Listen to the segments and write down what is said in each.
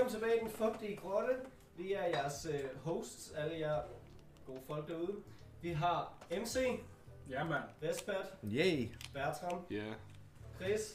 Velkommen tilbage i den fugtige grotte. Vi er jeres hosts, alle jer gode folk derude. Vi har MC. Ja, mand. Vestpat. Yay. Bertram. Ja. Yeah. Chris.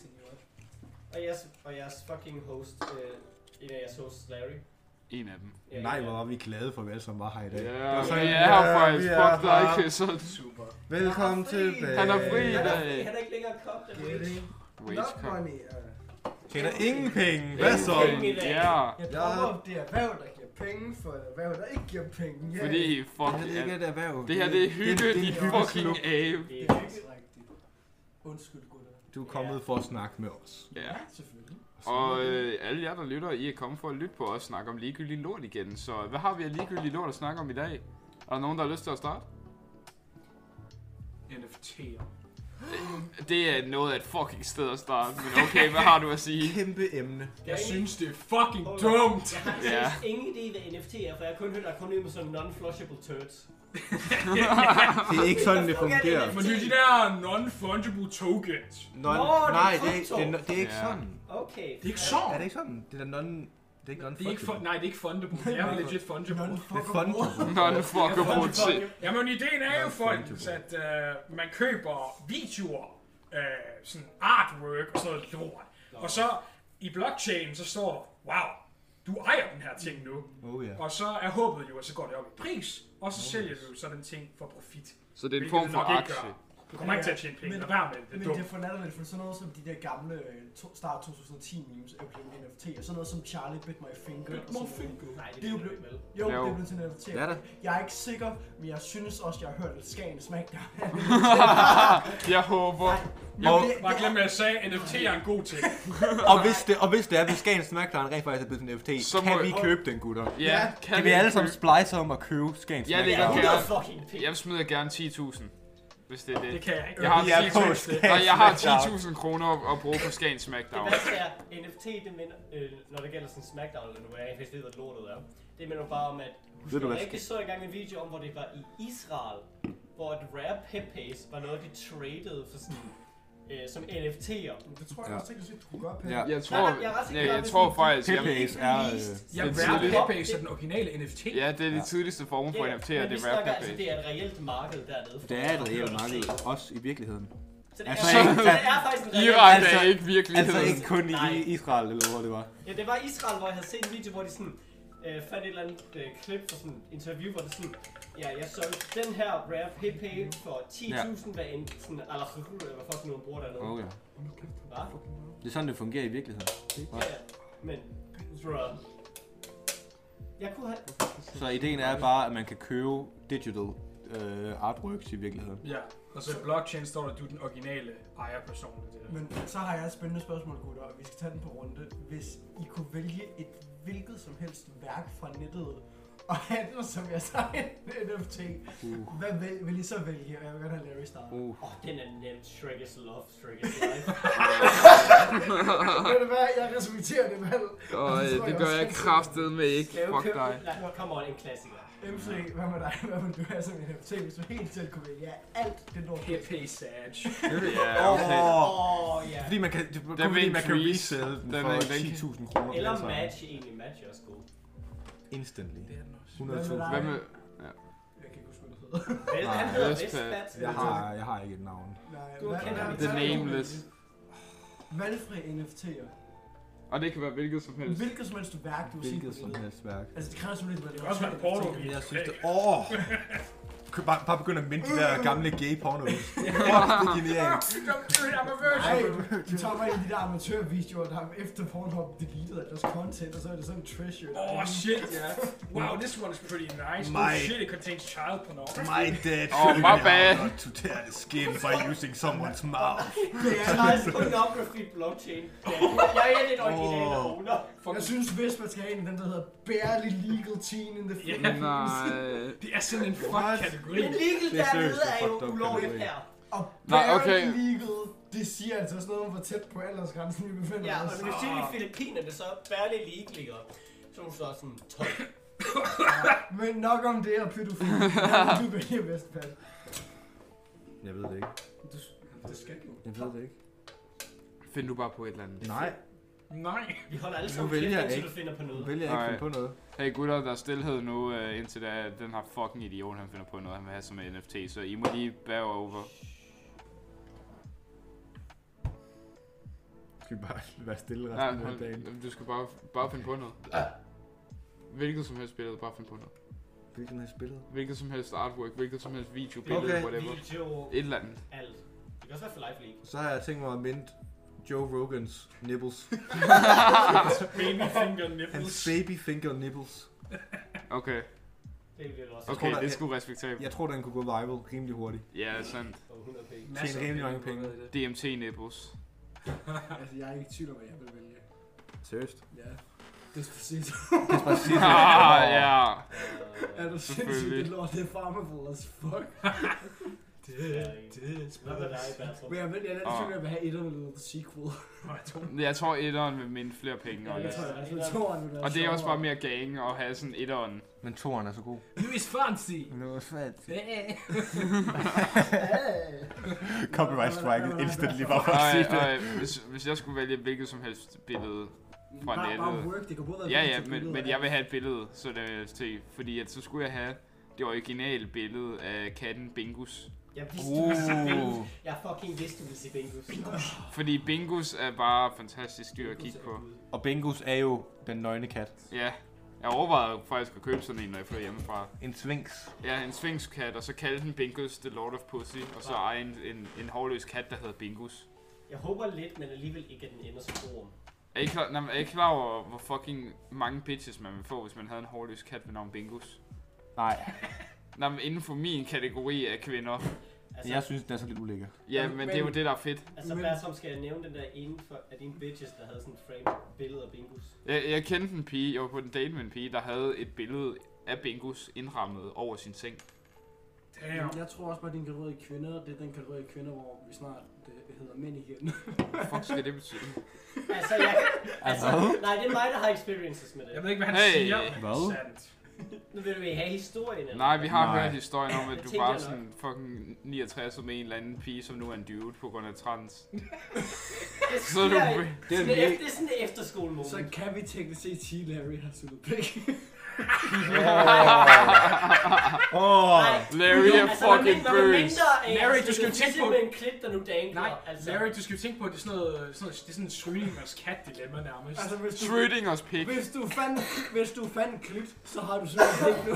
Og jeres fucking host, en af jeres hosts, Larry. En af dem. Ja, nej, hvor var vi glade for, at vi alle sammen var her i dag. Ja, vi er her faktisk. Fuck dig, Chris. Super. Velkommen tilbage. Han er fri i dag. Han er ikke længere kop, der Wage cup. Tjener ingen penge. Hvad så? Ja. Jeg drømmer om det erhverv, der giver penge, for et erhverv, der ikke giver penge. Yeah. Fordi fuck det er ikke et erhverv. Det her, det er hygge, de fucking abe. Det er rigtigt. Undskyld, gutter. Du er kommet for at snakke med os. Ja. Selvfølgelig. Og alle jer, der lytter, I er kommet for at lytte på os snakke om ligegyldig lort igen. Så hvad har vi af ligegyldig lort at snakke om i dag? Er der nogen, der har lyst til at starte? NFT'er. Det er noget af et fucking sted at starte, men okay, hvad har du at sige? Kæmpe emne. Jeg synes, det er fucking dumt. Jeg har ingen idé, hvad NFT er, for jeg har kun hørt akronymet som non-flushable turds. Det er ikke sådan, det fungerer. Men det er de der non-fungible tokens. Nej, det er ikke sådan. Okay. Det er ikke sådan. Er det ikke sådan? Det er non... Det er ikke non-fungible. Nej, det er ikke fundable. Det er legit fungible. Det er fungible. Non-fuckable shit. Jamen, ideen er jo folkens, at man køber videoer, sådan artwork og sådan noget lort. Og så i blockchain, så står der, wow, du ejer den her ting nu. Oh, yeah. Og så er håbet jo, at så går det op i pris, og så sælger du så den ting for profit. Så det er en form for aktie. Du kommer ikke til at tjene penge, lad være med det. Men det er for natterligt, for sådan noget som de der gamle start 2010 memes er blevet NFT, og sådan noget som Charlie Bit My Finger. Nej, det er jo blevet vel. Jo, det er blevet til NFT. Det er det. Jeg er ikke sikker, men jeg synes også, jeg har hørt et Skagen Smackdown. Jeg håber. Bare glem, at jeg sagde, at NFT er en god ting. Og hvis det er, hvis Skagen Smackdown rent faktisk er blevet en NFT, så kan vi købe den, gutter. Ja, kan vi alle sammen splice om at købe Skagen Smackdown? Jeg smider gerne 10.000. Hvis det er det. Det kan jeg ikke. Jeg har 10.000 kroner at bruge på Skagen Smackdown. Det værste er, NFT, det minder, når det gælder sådan Smackdown, eller nu er jeg faktisk ved, hvad lortet er. Det minder bare om, at jeg ikke så engang en video om, hvor det var i Israel, hvor et rare Pepe's var noget, de traded for sådan, som NFT'er. Det tror jeg også, at du kunne gøre, Pepe. Jeg tror faktisk, Pepe's er... rare Pepe's er den originale NFT. Ja, det er de tidligste former for NFT'er, det er rare Pepe's. Altså, det er et reelt marked dernede. Det er et reelt marked, også i virkeligheden. Så det er faktisk en Iran er ikke virkeligheden. Altså ikke kun i Israel, eller hvor det var. Ja, det var Israel, hvor jeg havde set en video, hvor de sådan fandt et eller andet klip fra sådan en interview, hvor det sådan, ja, jeg solgte den her rare Pepe for 10.000, hvad en sådan alakhuru, eller hvad fuck nogen bruger dernede. Okay. Hvad? Det er sådan, det fungerer i virkeligheden. Ja, men jeg kunne have... Så ideen er bare, at man kan købe digital artworks i virkeligheden. Ja, og så i blockchain står der, at du er den originale ejerperson. Men så har jeg et spændende spørgsmål, gutter, og vi skal tage den på runde. Hvis I kunne vælge et hvilket som helst værk fra nettet, og handle som jeg sagde en NFT, hvad vil I så vælge? Jeg vil gerne have Larry starte. Den er nemt. Shrek is love, Shrek is life. Ved du hvad, jeg respekterer det valg. Det gør jeg kraftedeme ikke. Fuck dig. Kom on, en klassiker. MC, hvad med dig? Hvad vil du have som NFT, hvis du helt selv kunne vælge alt det lort? Pepe Sage. Ja, okay. Fordi man kan resell den for 10.000 kroner. Eller match egentlig. Match er også god. Instantly. Det er den også. 100.000. Hvad med... Jeg kan ikke huske, hvad det hedder. Han hedder Vestpat. Jeg har ikke et navn. Du kender ham. The Nameless. Valgfri NFT'er. Og det kan være hvilket som helst. Hvilket som helst værk, du vil sige på Hvilket som helst værk. Altså det kræver simpelthen, at det kan også være porno. Jeg synes det... Bare begynde at minde de der gamle gay porno. Det er genialt. Nej, de tager bare en af de der amatørvideoer, der har efter Pornhub deleted af deres content, og så er det sådan en treasure. Shit, yeah. Wow, this one is pretty nice. Shit, it contains child pornography. My dad my bad. To tear the skin by using someone's mouth. Det er child pornography blockchain. Jeg er den originale owner. Jeg synes, hvis man skal have en, den der hedder barely legal teen in the Philippines. Nej. Det er sådan en fuck kategori. Men legal dernede er jo ulovligt her. Og barely legal, det siger altså sådan noget, hvor tæt på aldersgrænsen vi befinder os. Ja, og når vi siger i Filippinerne, så er barely legal, så er du så sådan 12. Men nok om det og pædofili. Du vælger Vestpat. Jeg ved det ikke. Det skal du. Jeg ved det ikke. Find du bare på et eller andet. Nej. Nej. Vi holder alle sammen kæft, indtil du finder på noget. Nu vælger jeg ikke finde på noget. Hey gutter, der er stillhed nu, indtil da den her fucking idiot, han finder på noget, han vil have som en NFT, så I må lige bear over. Skal vi bare være stille resten af dagen? Du skal bare finde på noget. Hvilket som helst billede, bare finde på noget. Hvilket som helst billede? Hvilket som helst artwork, hvilket som helst video, billede, whatever. Video, et eller andet. Alt. Det kan også være for Live League. Så har jeg tænkt mig at minde Joe Rogans nipples. Baby finger nipples. Hans baby finger nipples. Okay. Okay, det skulle respektabelt. Jeg tror, den kunne gå viral rimelig hurtigt. Ja, sandt. Tjene rimelig mange penge. DMT nipples. Altså, jeg er ikke i tvivl om, hvad jeg vil vælge. Seriøst? Ja. Despacito. Despacito. Ja. Er du sindssygt, det lort, det er farmable as fuck. Hvad med dig, Bertram? Men jeg er lidt tvivl om, at jeg vil have etteren eller the sequel. Jeg tror etteren vil minde flere penge. Ja, det tror jeg også. Og det er også bare mere gang at have sådan etteren. Men toeren er så god. Louis Fancy. Louis Fancy. Copyright strike instantly bare for at sige det. Hvis jeg skulle vælge hvilket som helst billede fra nettet. Bare work, det kan både være ja, men jeg vil have et billede, så det er til, fordi at så skulle jeg have det originale billede af katten Bingus. Jeg vidste, du ville se Bingus. Jeg fucking vidste, du ville se Bingus. Fordi Bingus er bare fantastisk dyr at kigge på. Og Bingus er jo den nøgne kat. Ja. Jeg overvejede faktisk at købe sådan en, når jeg flytter hjemmefra. En Sphinx. Ja, en Sphinx-kat, og så kalde den Bingus The Lord of Pussy. Og så eje en hårløs kat, der hedder Bingus. Jeg håber lidt, men alligevel ikke, at den ender som orm. Er I klar over, hvor fucking mange bitches man vil få, hvis man havde en hårløs kat ved navn Bingus? Nej. Nej, men inden for min kategori af kvinder. Altså, jeg synes, den er så lidt ulækker. Ja, men det er jo det, der er fedt. Altså, Bertram, skal jeg nævne den der ene af dine bitches, der havde sådan et frame billede af Bingus? Jeg kendte en pige, jeg var på en date med en pige, der havde et billede af Bingus indrammet over sin seng. Damn. Jeg tror også bare, at din kategori kvinder, det er den kategori kvinder, hvor vi snart det hedder mænd igen. Hvad fuck skal det betyde? Altså, nej, det er mig, der har experiences med det. Jeg ved ikke, hvad han siger. Hvad? Nu vil du have historien, eller? Nej, vi har hørt historien om, at du var sådan fucking 69 med en eller anden pige, som nu er en dude på grund af trans. Så det er sådan en efterskolemoment. Så kan vi teknisk set sige, Larry har suttet pæk. Larry er fucking bøs. Larry, du skal jo tænke på en klip, der nu dangler. Nej, Larry, du skal jo tænke på, at det er sådan en Schrödingers kat-dilemma nærmest. Altså, Schrödingers pik. Hvis du fandt klit, så har du sådan en pik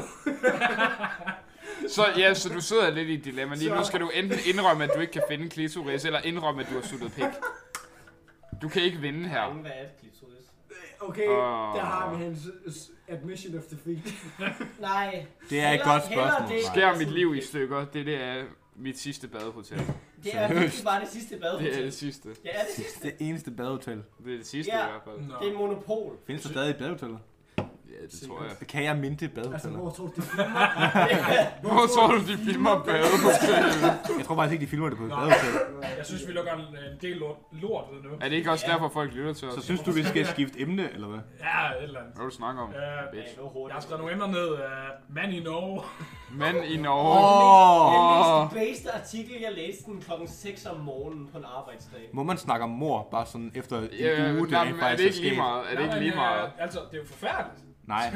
nu. Så du sidder lidt i et dilemma. Lige nu skal du enten indrømme, at du ikke kan finde klitoris, eller indrømme, at du har suttet pik. Du kan ikke vinde her. Hvad er klitoris? Okay, der har vi hans admission of defeat. Nej. Det er et godt spørgsmål. Skær mit liv i stykker. Det er mit sidste badehotel. Det er virkelig bare det sidste badehotel. Det er det sidste. Det er det sidste. Det eneste badehotel. Det er det sidste i hvert fald. Det er monopol. Findes der stadig badehoteller? Ja, det tror jeg. Kan jeg minde badehoteller? Altså, hvor tror du, de filmer? Hvor tror du, de filmer badehoteller? Jeg tror faktisk ikke, de filmer det på et badehotel. Jeg synes, vi lukker en del lort ved nu. Er det ikke også derfor, folk lytter til os? Så synes du, vi skal skifte emne, eller hvad? Ja, et eller andet. Hvad vil du snakke om? Bitch. Jeg har skrevet nogle emner ned. Man i Norge. Man i Norge. Den mest artikel, jeg læste den klokken 6 om morgenen på en arbejdsdag. Må man snakke om mor, bare sådan efter en uge, det er ikke lige meget? Er det ikke lige meget? Altså, det er jo forfærdeligt. Nej.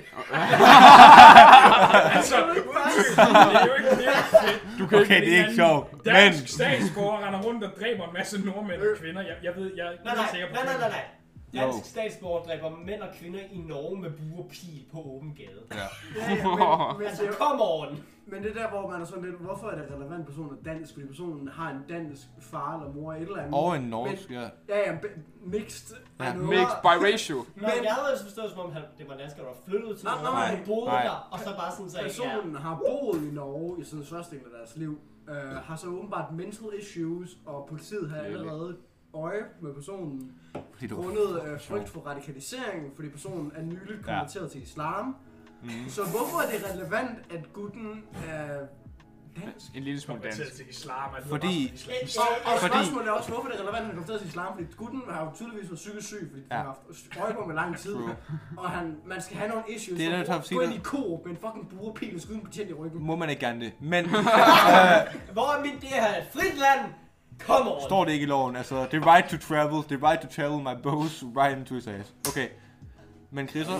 Altså, det er jo ikke fedt. Du kan okay, det er ikke sjovt. Dansk statsborger render rundt og dræber en masse nordmænd og kvinder. Jeg ved, jeg er ikke sikker på det. Nej. Dansk statsborger dræber mænd og kvinder i Norge med bue og pil på åben gade. Ja. Altså, come on! Men det der, hvor man er sådan lidt, hvorfor er det relevant person er dansk? Fordi personen har en dansk far eller mor et eller andet. Og en norsk, ja. Ja, mixed. Ja, mixed biracial. Men jeg havde også forstået, som om det var dansker, der var flyttet til Norge, og han boede der, og så bare sådan sagde, personen har boet i Norge i sådan første del af deres liv, har så åbenbart mental issues, og politiet har allerede øje med personen grundet frygt for radikalisering, fordi personen er nyligt konverteret til islam. Så hvorfor er det relevant, at gutten er dansk? En lille smule dansk. Til islam, fordi... Og spørgsmålet er også, hvorfor er det relevant, at han konverteret til islam? Fordi gutten har jo tydeligvis været psykisk syg, fordi han har haft øje på med lang tid. Og man skal have nogle issues, så gå ind i Coop med en fucking burepil og skyde en betjent i ryggen. Må man ikke gerne det, men... Hvor er det her et frit land? Come on! Står det ikke i loven? Altså, the right to travel my bows right into his ass. Okay. Men Chris'er?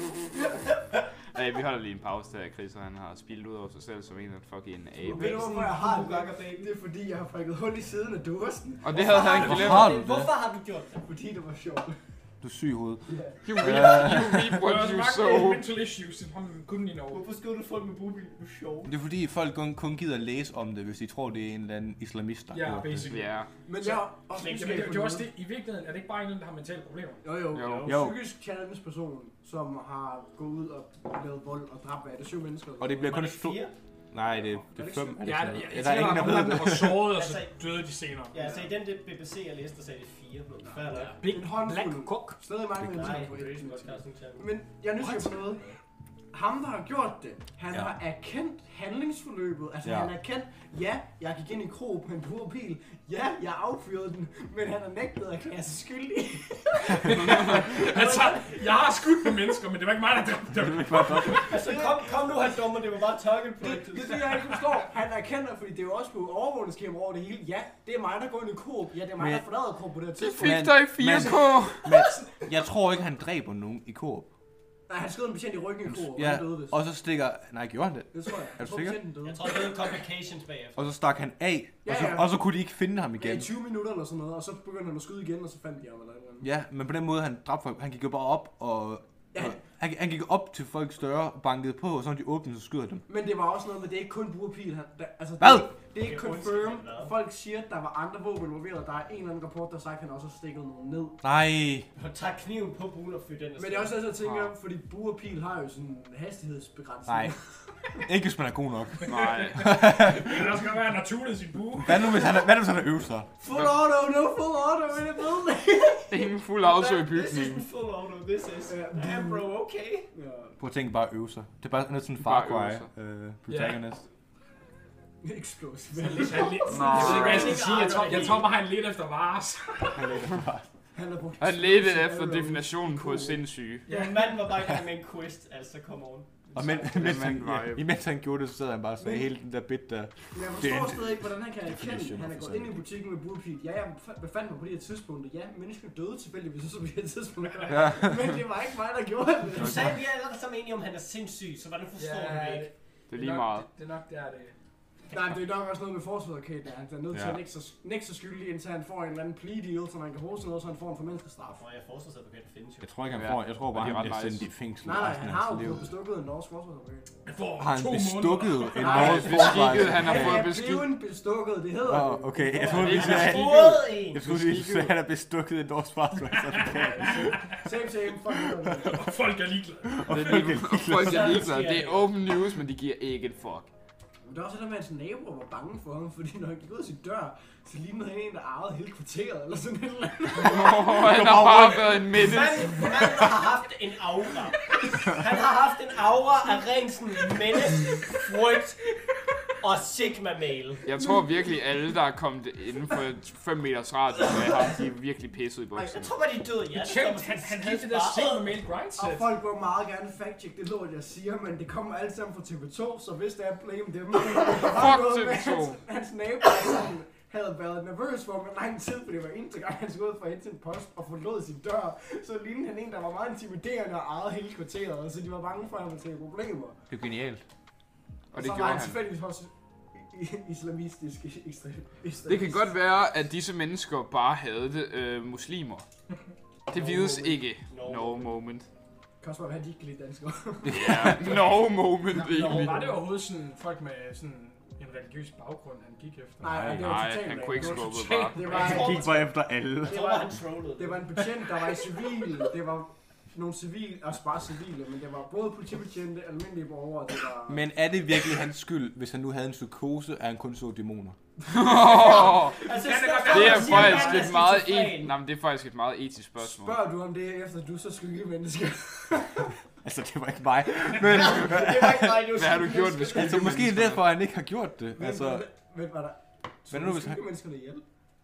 Hey, vi holder lige en pause der, Chris'er. Han har spillet ud over sig selv som en af fucking abe. Ved du hvorfor jeg har det? Det er fordi, jeg har prikket hul i siden af dåsen. Og det havde han glemt. Hvorfor har du gjort det? Fordi det var sjovt. Du er syg i hovedet. You reap what you sow. Mental issues, couldn't you know. Hvorfor skriver du folk med bobil? Du er sjov. Det er fordi folk kun gider at læse om det, hvis de tror, det er en eller anden islamist, der Ja, gjort det. basically. Ja. Men jeg har også Det er også det, i virkeligheden er det ikke bare en, der har mentale problemer. Jo. Psykisk challenge person, som har gået ud og lavet vold og dræbt, hvad er det, 7 mennesker? Og det bliver kun 4? Nej, det er 5. Ja, jeg tænker, der er nogle af dem, der var såret, og så døde de senere. Ja, altså i den BBC jeg læste, der sagde det 4. Big en håndfuld. Black Cook. Stadig mange mennesker Nej, på det er et. ikke podcasting channel. Men jeg er nysgerrig på noget. Ham, der har gjort det, han har erkendt handlingsforløbet. Altså, han har erkendt, ja, jeg gik ind i krog på en burpil. Ja, jeg affyrede den, men han har nægtet at erklære sig skyldig. Altså, jeg har skudt på mennesker, men det var ikke mig, der dræbte dem. Altså, kom nu, han dommer, det var bare target practice. Det er det, jeg ikke forstår. Han erkender, fordi det er jo også på overvågningskamera over det hele. Ja, det er mig, der går ind i Coop. Ja, det er mig, der forlader Coop på det her Det tidspunkt. fik dig 4K. Men jeg tror ikke, han dræber nogen i Coop. Nej, han skød en betjent i ryggen i Coop, og Ja, han døde vist. og så stikker... Nej, gjorde han det? Det tror jeg. Er du sikker? Jeg tror, det er complications bagefter. Og så stak han af, Ja. og så kunne de ikke finde ham Ja, igen. i 20 minutter eller sådan noget, og så begyndte han at skyde igen, og så fandt de ham eller noget. Ja, men på den måde, han dræbte folk. Han gik jo bare op og... Han gik op til folks døre og bankede på, og så når de åbnede, så skyder dem. Men det var også noget med, det er ikke kun burpil. Altså, Hvad? Det er ikke confirmed. Folk siger, at der var andre våben involveret. Der er en eller anden rapport, der sagt, at han også har stikket nogen ned. Nej. Og tager kniven på bulen og fyrer den. Men det er også det, jeg tænker, fordi burpil har jo sådan en hastighedsbegrænsning. Nej. Ikke hvis man er god nok. Nej. Der skal være naturligt sin bue. Hvad nu hvis han er øvet sig? Full auto, no full auto in a building. Ingen fuld afsøg i This bygningen. isn't full auto, this is... Yeah, bro, okay. Prøv at tænke bare at øve sig. Det er bare noget sådan en Bare Far øve Cry protagonist. Explosive. Jeg ved ikke, hvad jeg skal sige. Jeg tror bare, han lidt efter Vars. Han ledte efter definitionen på sindssyge. Ja, manden var bare i gang med en quest, altså come on. Og imens han gjorde det, så sad han bare og sagde hele den der bit der. Jeg forstår stadig ikke, hvordan han kan erkende. Han er gået ind i butikken med burpil. Ja, jeg befandt mig på det her tidspunkt. Ja, mennesker døde tilfældigvis så på det her tidspunkt. Ja. Men det var ikke mig, der gjorde det. Du sagde, vi er allerede sammen enige om, han er sindssyg, så hvordan forstår du det ikke? Det er lige meget. Det er nok der, det Nej, det er nok også noget med forsvarsadvokaten, at han er nødt til at nægte sig skyldig, indtil han får en eller anden plea deal, så man kan hoste noget, så han får en formentlig straf. Og jeg forsvarsadvokat findes jo. Jeg tror ikke, han får. Jeg tror bare, han bliver sendt i fængsel. Nej, han har jo blevet bestukket en norsk forsvarsadvokat. Har han bestukket en Nej, norsk beskikket. Han har fået beskikket. beskikket. Han er blevet bestukket, det hedder det. Okay, jeg troede, vi sagde, at han er bestukket en norsk forsvarsadvokat. Same, fuck it. Og folk er ligeglade. Folk er ligeglade. Det er open news, men de giver ikke et fuck. Men der er også det der med, at hans naboer var bange for ham, fordi når han gik ud af sin dør, så lignede han en, der ejede hele kvarteret, eller sådan et eller andet. Han har bare været en menace. Manden har haft en aura. Han har haft en aura af ren sådan menace, frygt og sigma-mail. Jeg tror virkelig, alle, der er kommet inden for 5 meters radius af ham, de er virkelig pisset i Jeg bukserne. tror bare, de er døde. Ja, Han havde det der sigma-mail Og grindset. folk vil meget gerne fact-check det lort, jeg siger, men det kommer alt sammen fra TV2, så hvis det er blame dem. Fuck TV2. Hans nabo havde været nervøs for ham i lang tid, fordi det var eneste gang, han skulle ud for at hente sin post og forlod sin dør. Så lignede han en, der var meget intimiderende og ejede hele kvarteret, så de var bange for, at han ville tage problemer. Det er genialt. Og det så gjorde var han han. tilfældigvis også islamistisk ekstremist. Det kan godt være, at disse mennesker bare havde det muslimer. Det vides ikke. No moment. Det kan også være, at de ikke kan lide danskere. Ja, no moment egentlig. Var det overhovedet sådan folk med sådan en religiøs baggrund, han gik efter? Nej, det var Nej, totalt han rent. kunne ikke Det var skubbe totalt- bare. Det var, Han gik bare efter alle. Jeg tror bare, han trollede. det var en betjent, der var i civil. Det var nogle civile, altså bare civile, men det var både politibetjente, almindelige borgere, det var... Men er det virkelig hans skyld, hvis han nu havde en psykose, at han kun så dæmoner? Altså, Det er faktisk et meget det er faktisk et meget etisk spørgsmål. Spørger du om det, efter du er så skyldig menneske? Altså, det var ikke mig. Men Det var ikke mig, Hvad har du gjort ved skyldige altså, måske er det mennesker? derfor, han ikke har gjort det. Altså, Hvem var der? Hvad nu, hvis han- skyldige menneskerne ihjel?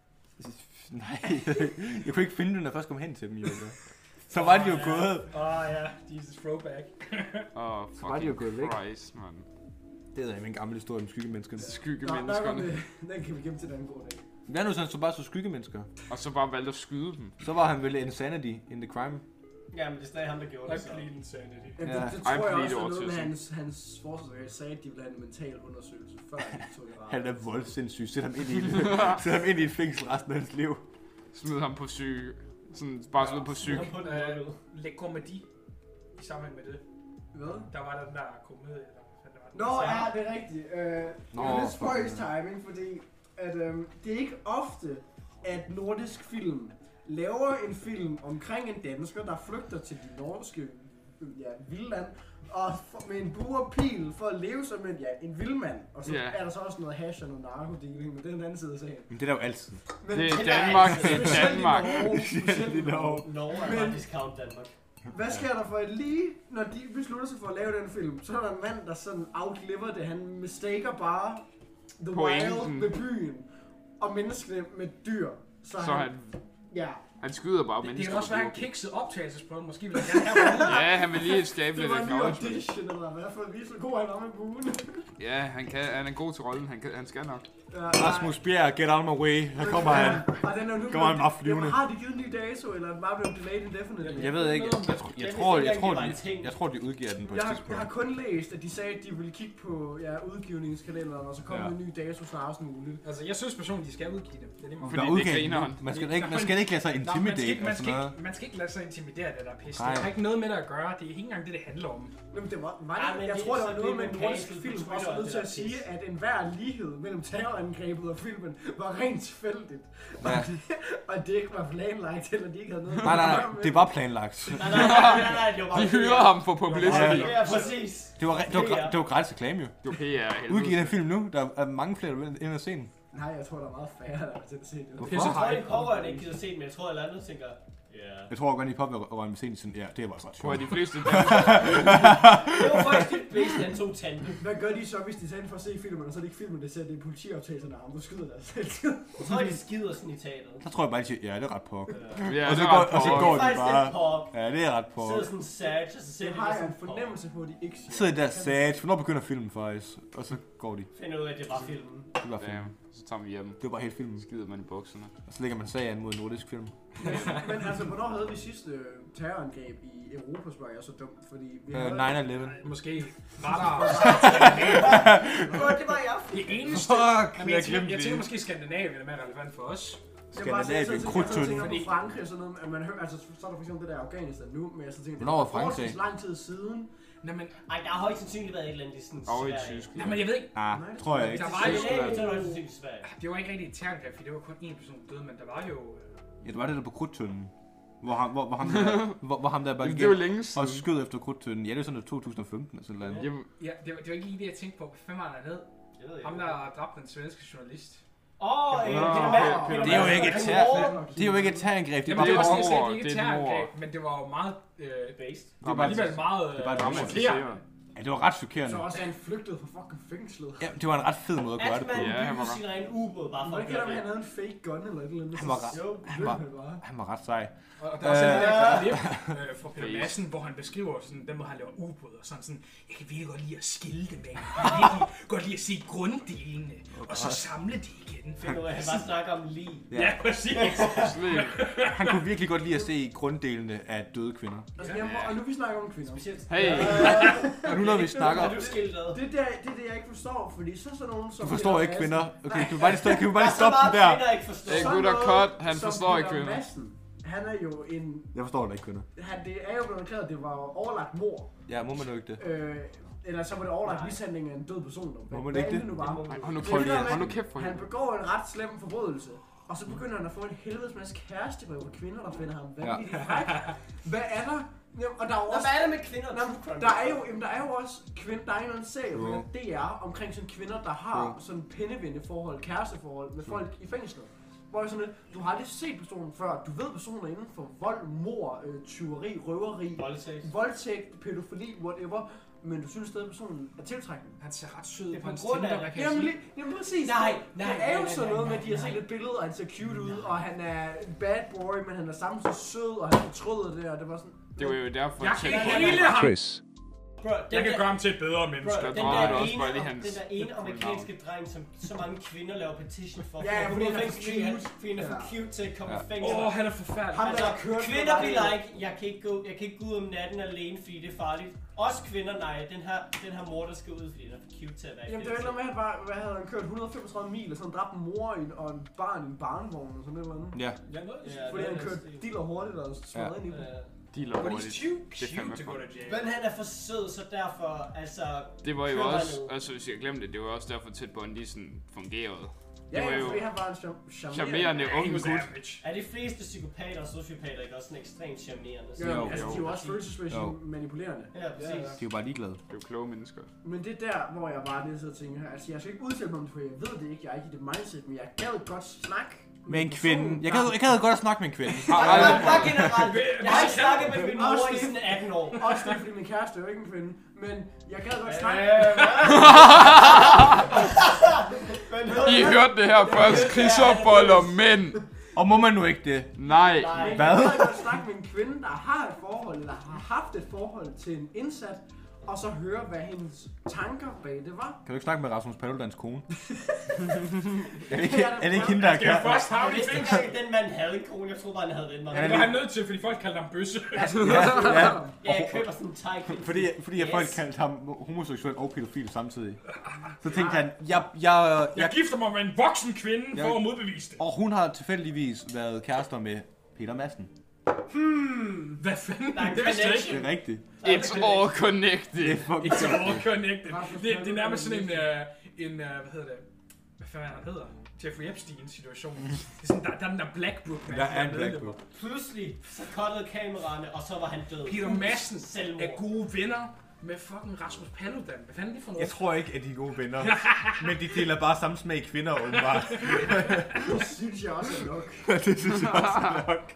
nej, jeg kunne ikke finde den, når jeg først kom hen til dem, jo. Så var de jo gået. Ja, Jesus throwback. var de jo gået væk. Christ, man. Det er min gamle historie om skyggemenneskerne. Skygge Nå, menneskerne. den kan vi gemme til den gode dag. Hvad nu, så han så bare så skyggemennesker? Og så bare valgte at skyde dem. Så var han vel insanity in the crime. Ja, men det er stadig ham, der gjorde det, så. I plead insanity. Ja, Ja. det tror jeg også Ej, er noget med autism. hans forsvarsregel sagde, at de ville have en mental undersøgelse, før de tog i rette. Han er voldsindssyg. Sæt ham ind i et fængsel resten af hans liv. Smid ham på syg. Sådan bare smid på syg. Ham på den måde ud. Læg komedi i sammenhæng med det. Hvad? Der var den der komedie, eller hvad fanden det var. Nå, ja, det er rigtigt. Det er lidt spøjs timing, fordi at, det er ikke ofte, at nordisk film laver en film omkring en dansker, der flygter til de norske vildland, og med en bue og pil for at leve som en vildmand. Og så er der så også noget hash og noget narkodealing, men det er den anden side af sagen. Men det er der jo altid. Men Det er Danmark, det er specielt i Danmark. Norge, specielt i Norge. Norge er bare discount Danmark. Hvad sker der for lige, når de beslutter sig for at lave den film, så er der en mand, der sådan outliver det. Han mistaker bare the Pointen. wild med byen og menneskene med dyr. Så han, Ja. han skyder bare Det mennesker. kan også være en kikset optagelsesprøve. Måske vil han gerne have Ja, han vil lige skabe Det lidt var en ny acknowledgement. audition, eller i hvert fald vise, hvor god han var med buen. Ja, han er god til rollen. Han skal nok. Rasmus Bjerg, get out of my way. Her kommer han. Og den er nu Kommer han bare flyvende. Har de givet en ny dato, eller er den bare blevet delayed indefinitely? Jeg ved ikke. Jeg tror, de udgiver den på et Jeg har tidspunkt. kun læst, at de sagde, at de ville kigge på udgivningskalenderen, og så kommer en ny dato snarest muligt. Altså, jeg synes personligt, de skal udgive det. Det er lige meget. Fordi Der det udgav griner den. han. Man skal ikke lade sig intimidate og sådan noget. Man skal ikke lade sig intimidere det der pisse. Nej. Det har ikke noget med det at gøre. Det er ikke engang det handler om. Jamen, det var Ja, men jeg det tror, er der så var noget det med med en nordisk cancel film, på også var Twitter, nødt til det at der sige, pis. at enhver lighed mellem terrorangrebet og filmen var rent tilfældigt. Ja. Og det ikke var planlagt, eller de ikke havde noget Nej, det var planlagt. Nej, det var bare... De hyrer ham for publicity. Ja, præcis. Det var gratis reklame jo. Du PR Udgiv den film nu. Der er mange flere, der vil ind og se den. Nej, jeg tror, der er meget færre, der har til at se det. Hvorfor? Jeg tror, det kommer, at ikke gider se den, men jeg tror, at alle andre tænker... Ja. Jeg tror godt, I pop og se den sådan, ja, det var også ret Tror jeg, sjovt. de fleste Det var faktisk det bedste, han tog tante. Hvad gør de så, hvis de tager ind for at se filmen, og så er det ikke filmen, der ser, det er politioptagelserne af ham, der skyder deres selv? Jeg tror, de skider sådan i teateret. Så tror jeg bare, de siger, ja, det er ret pop. Ja, Og så det går- var og så på- går- Det er faktisk bare- lidt pop. Ja, det er ret pop. Sidder sådan sag, og så ser Det de har det jeg en sådan pop. fornemmelse på, at de ikke siger. Så sidder der sad, hvornår begynder filmen faktisk? Og så går de. Finder ud af, at det var filmen. Det var Ja, filmen. så tager vi hjem. Det var bare helt filmen. Skider man i bukserne. Og så lægger man sag an mod en nordisk film. Men altså, hvornår havde vi sidste terrorangreb i Europa, spørger jeg så dumt, fordi vi havde... 9/11. Måske rettere. Det var i aften. Det eneste... Fuck! Jamen, jeg tænker måske Skandinavien er mere relevant for os. Skandinavien, krudtønden. Jeg tænker på Frankrig og sådan noget, at man hører, altså så er der for eksempel det der Afghanistan nu, men jeg så tænker, Hvornår var det Frankrig? forholdsvis lang tid siden. Nej, men, Ej, der har højst sandsynligt været et eller andet i sådan Og i Sverige. Tyskland. nej, men jeg ved ikke. Ah, tror jeg ikke. Der var jo... Skandinavien, så er der højst sandsynligt i Sverige. Det var ikke rigtig et terrorangreb, fordi det var kun én person døde, men der var jo... Ja, det var det der på krudtønden. Hvor ham der bare Jamen, det var længe og siden. skød efter krudtønden. Ja, det var sådan noget 2015 eller sådan noget. Jamen, Ja, det var ikke lige det, jeg tænkte på. Hvad fanden var der ned? Jeg ved Ham, ikke. der dræbte den svenske journalist. Nå, Det er jo ikke et Det er jo ikke et terrorangreb, det er Jamen, det var bare sådan mord. set ikke Det et er et mord. terrorangreb, men det var jo meget... Based. det var alligevel meget... Det var et mord. chokerende. Ja, det var ret Så chokerende. også er han flygtet fra fucking fængslet. Ja, det var en ret fed måde at gøre det på. Atman Ja, han var byggede sin egen ubåd bare for Hvor at ikke gøre om han det. havde en fake gun eller et eller andet. Han var ret- Jo, han var ret sej. Og der er også den der klip fra Peter Madsen, hvor han beskriver sådan, den måde han laver ubåd og sådan, jeg kan virkelig godt lide at skille dem af. Jeg kan virkelig godt lide at se grunddelene, og så samle det igen. Finder ud af, at han bare snakker om lige. Ja, præcis. Han kunne virkelig godt lide at se grunddelene af døde kvinder. Altså, og nu vi snakker om kvinder. Specielt. Hey. Og nu når vi snakker Er du skilt ad? Det er det, jeg ikke forstår, fordi så sådan nogen som... Du forstår ikke Peter kvinder. Madsen- Okay, Nej. kan vi bare lige Så stoppe den meget der? kvinder ikke forstår. Hey, Sådan gutter, noget cut. Han som forstår ikke Peter kvinder. Madsen, han er jo en... Jeg forstår det ikke, kvinder. Det er jo blevet erklæret, at det var overlagt mord. Ja, må man jo ikke det. Eller så var det overlagt mishandling af en død person. Må man Hvad ikke end det? nu var. Hold nu Det er det der kæft, hold nu med, kæft for Han hende. begår en ret slem forbrydelse. Og så begynder han at få en helvedes masse kærestebrev fra kvinder, der finder ham vanvittigt fræk. Hvad er der? Jamen, og der er jo Nå, også... hvad er det med kvinder? Nå, der er jo også kvinder, der er en eller anden sag på DR omkring sådan kvinder, der har sådan pindevindeforhold, kæresteforhold med folk i fængslet. Hvor jeg sådan lidt, du har aldrig set personen før, du ved personen er inden for vold, mord, tyveri, røveri, voldtægt, pædofili, whatever. Men du synes stadig, at personen er tiltrækkende. Han ser ret sød Det er på på hans grund af- Tinder, hvad kan jeg Jamen, sige? jamen præcis. Nej, Det er jo sådan noget med, at de har nej. set et billede, og han ser cute ud, og han er en bad boy, men han er samtidig sød, og han fortryder det, og det var sådan... Det var jo derfor, Jeg at kan Checkpoint- hele ham! Chris. Jeg kan gøre ham til et bedre menneske. Bro, den der ene amerikanske dreng, som så mange kvinder laver petition for. Ja, fordi han er for cute. Fordi han er for cute til at komme i fængsel. Han er forfærdelig. Altså, kvinder bliver like, jeg kan ikke gå ud om natten alene, fordi det er farligt. Også kvinder, nej, den her mor, der skal ud, fordi den er for cute til at være i Jamen, det er jo noget med, at han havde kørt 135 mil, og sådan dræbt en mor og en barn i en barnvogn, og sådan noget. Ja. Fordi han kørte dealer hurtigt og smadrede ind i dem. Dealer But hurtigt. he's too cute to go to jail. Men han er for sød, så derfor, altså... Det var jo også, altså hvis jeg glemte det var også derfor Ted Bundy sådan fungerede. Ja, det var jo fordi han var en charmerende ung gut. Er de fleste psykopater og sociopater ikke også sådan ekstremt charmerende? Jo, altså de er jo også følelsesmæssigt manipulerende. Ja, præcis. De er jo bare ligeglade. Det er jo kloge mennesker. Men det er der, hvor jeg bare lige sidder og tænker, altså jeg skal ikke udtale mig om det, for jeg ved det ikke, jeg er ikke i det mindset, men jeg gad godt snakke med en kvinde. Jeg gad godt at snakke med en kvinde. Bare generelt. Jeg har ikke snakket med min mor i sådan 18 år. Også det, fordi min kæreste er jo ikke en kvinde. Men jeg gad godt snakke. I hørte det her først. Krigsopbold mænd. Og må man nu ikke det? Nej. Hvad? Jeg gad godt snakke med en kvinde, der har et forhold, eller har haft et forhold til en indsat, og så høre, hvad hendes tanker bag det var. Kan du ikke snakke med Rasmus Paludans kone? er det ikke hende, der er kære? Jeg vidste ikke engang, den mand havde en kone. Jeg troede bare, han havde den mand. Det var han nødt til, fordi folk kaldte ham bøsse. Ja, jeg køber sådan en thai-kvinde. Fordi folk kaldte ham homoseksuel og pædofil samtidig. Så tænkte han, jeg gifter mig med en voksen kvinde for at modbevise det. Og hun har tilfældigvis været kærester med Peter Madsen. Hvad fanden? Det vidste jeg ikke. Det er rigtigt. It's all connected. It's all connected. Det er nærmest sådan en hvad hedder det? Hvad fanden han hedder? Jeffrey Epstein situation. Det er sådan, der er den der Black Book. Der er en Black Book. Pludselig så cuttede kameraerne, og så var han død. Peter Madsen er gode venner med fucking Rasmus Paludan. Hvad fanden er det for noget? Jeg tror ikke, at de er gode venner. Men de deler bare samme smag kvinder, åbenbart. Det synes jeg også er nok. Det synes jeg også er nok.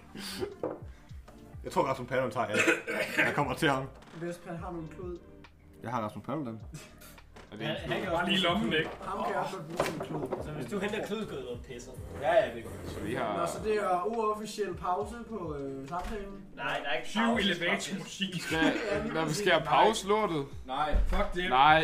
Jeg tror, Rasmus Paludan tager alt. Jeg kommer til ham. Vestplan har min klud. Jeg har Rasmus Paludan. Han kan bare lige lommen, ikke? Ham kan jeg også bruge sin klud. Så hvis du henter kludgød og pisser. Ja, det går. Så vi har... Nå, så det er uofficiel pause på samtalen. Nej, der er ikke pause. 20 elevator musik. Hvad vi skal have pause lortet? Nej. Fuck det. Nej.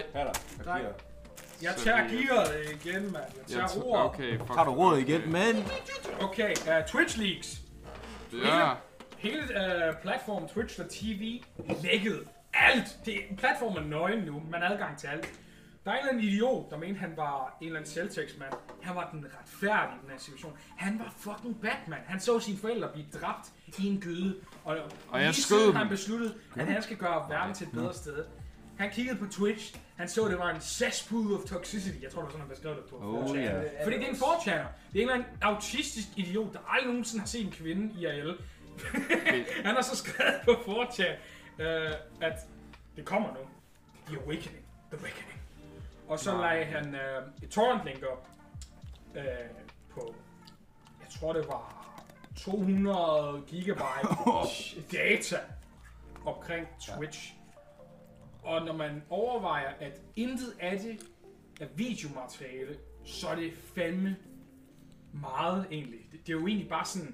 Jeg tager gearet igen, mand. Jeg tager roret. Okay, fuck. Tager du roret igen, men... Okay, Twitch Leaks. Ja. Hele platformen Twitch.tv lækket alt. Platformen er nøgen nu. Man har adgang til alt. Der er en eller anden idiot, der mente, han var en eller anden selvtægtsmand. Han var den retfærdige i den her situation. Han var fucking Batman. Han så sine forældre blive dræbt i en gyde. Og jeg skød han besluttede, at han skal gøre verden til et bedre sted. Han kiggede på Twitch. Han så, det var en cesspool of toxicity. Jeg tror, det var sådan, han beskrev det på 4chan. Fordi det er en 4chaner. Det er en eller anden autistisk idiot, der aldrig nogensinde har set en kvinde IRL. Han har så skrevet på 4chan, at det kommer nu. The Awakening. The Reckoning. Og så lagde han et torrent-link op på, jeg tror det var 200 gigabyte data omkring Twitch. Og når man overvejer, at intet af det er videomateriale, så er det fandme meget egentlig. Det er jo egentlig bare sådan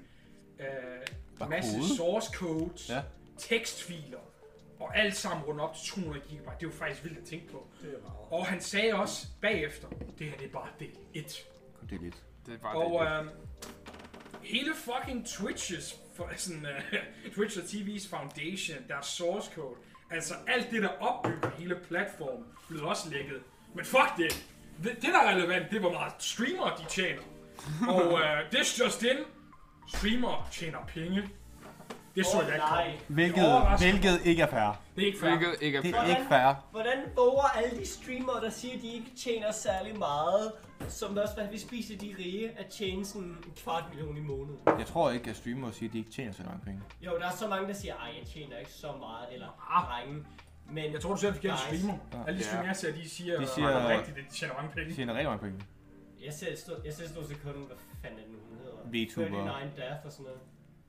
masse source codes, tekstfiler, og alt sammen rundt op til 200 gigabyte. Det er jo faktisk vildt at tænke på. Og han sagde også bagefter, det her det er bare del 1. Det er lidt. Det er bare og hele fucking Twitches, Twitch og TV's foundation, deres source code, altså alt det der opbygger hele platformen, blev også lækket. Men fuck det! Det der er relevant, det var meget streamere de tjener. Og this just in, streamere tjener penge. Det så jeg ikke komme. Hvilket ikke er fair. Det er ikke fair. Det er ikke fair. Hvordan våger alle de streamere, der siger, at de ikke tjener særlig meget, som også hvad vi spiser de rige, at tjene sådan 250.000 i måneden? Jeg tror ikke, at streamere siger, at de ikke tjener så mange penge. Jo, der er så mange, der siger, at jeg tjener ikke så meget, eller drenge. Men jeg tror, du selv forkert streamer. Alle de streamer, de siger rigtigt, at de tjener mange penge. De tjener rigtig mange penge. Jeg ser stort sekund, hvad fanden er det nu, hun hedder? VTuber. 39 Death og sådan noget.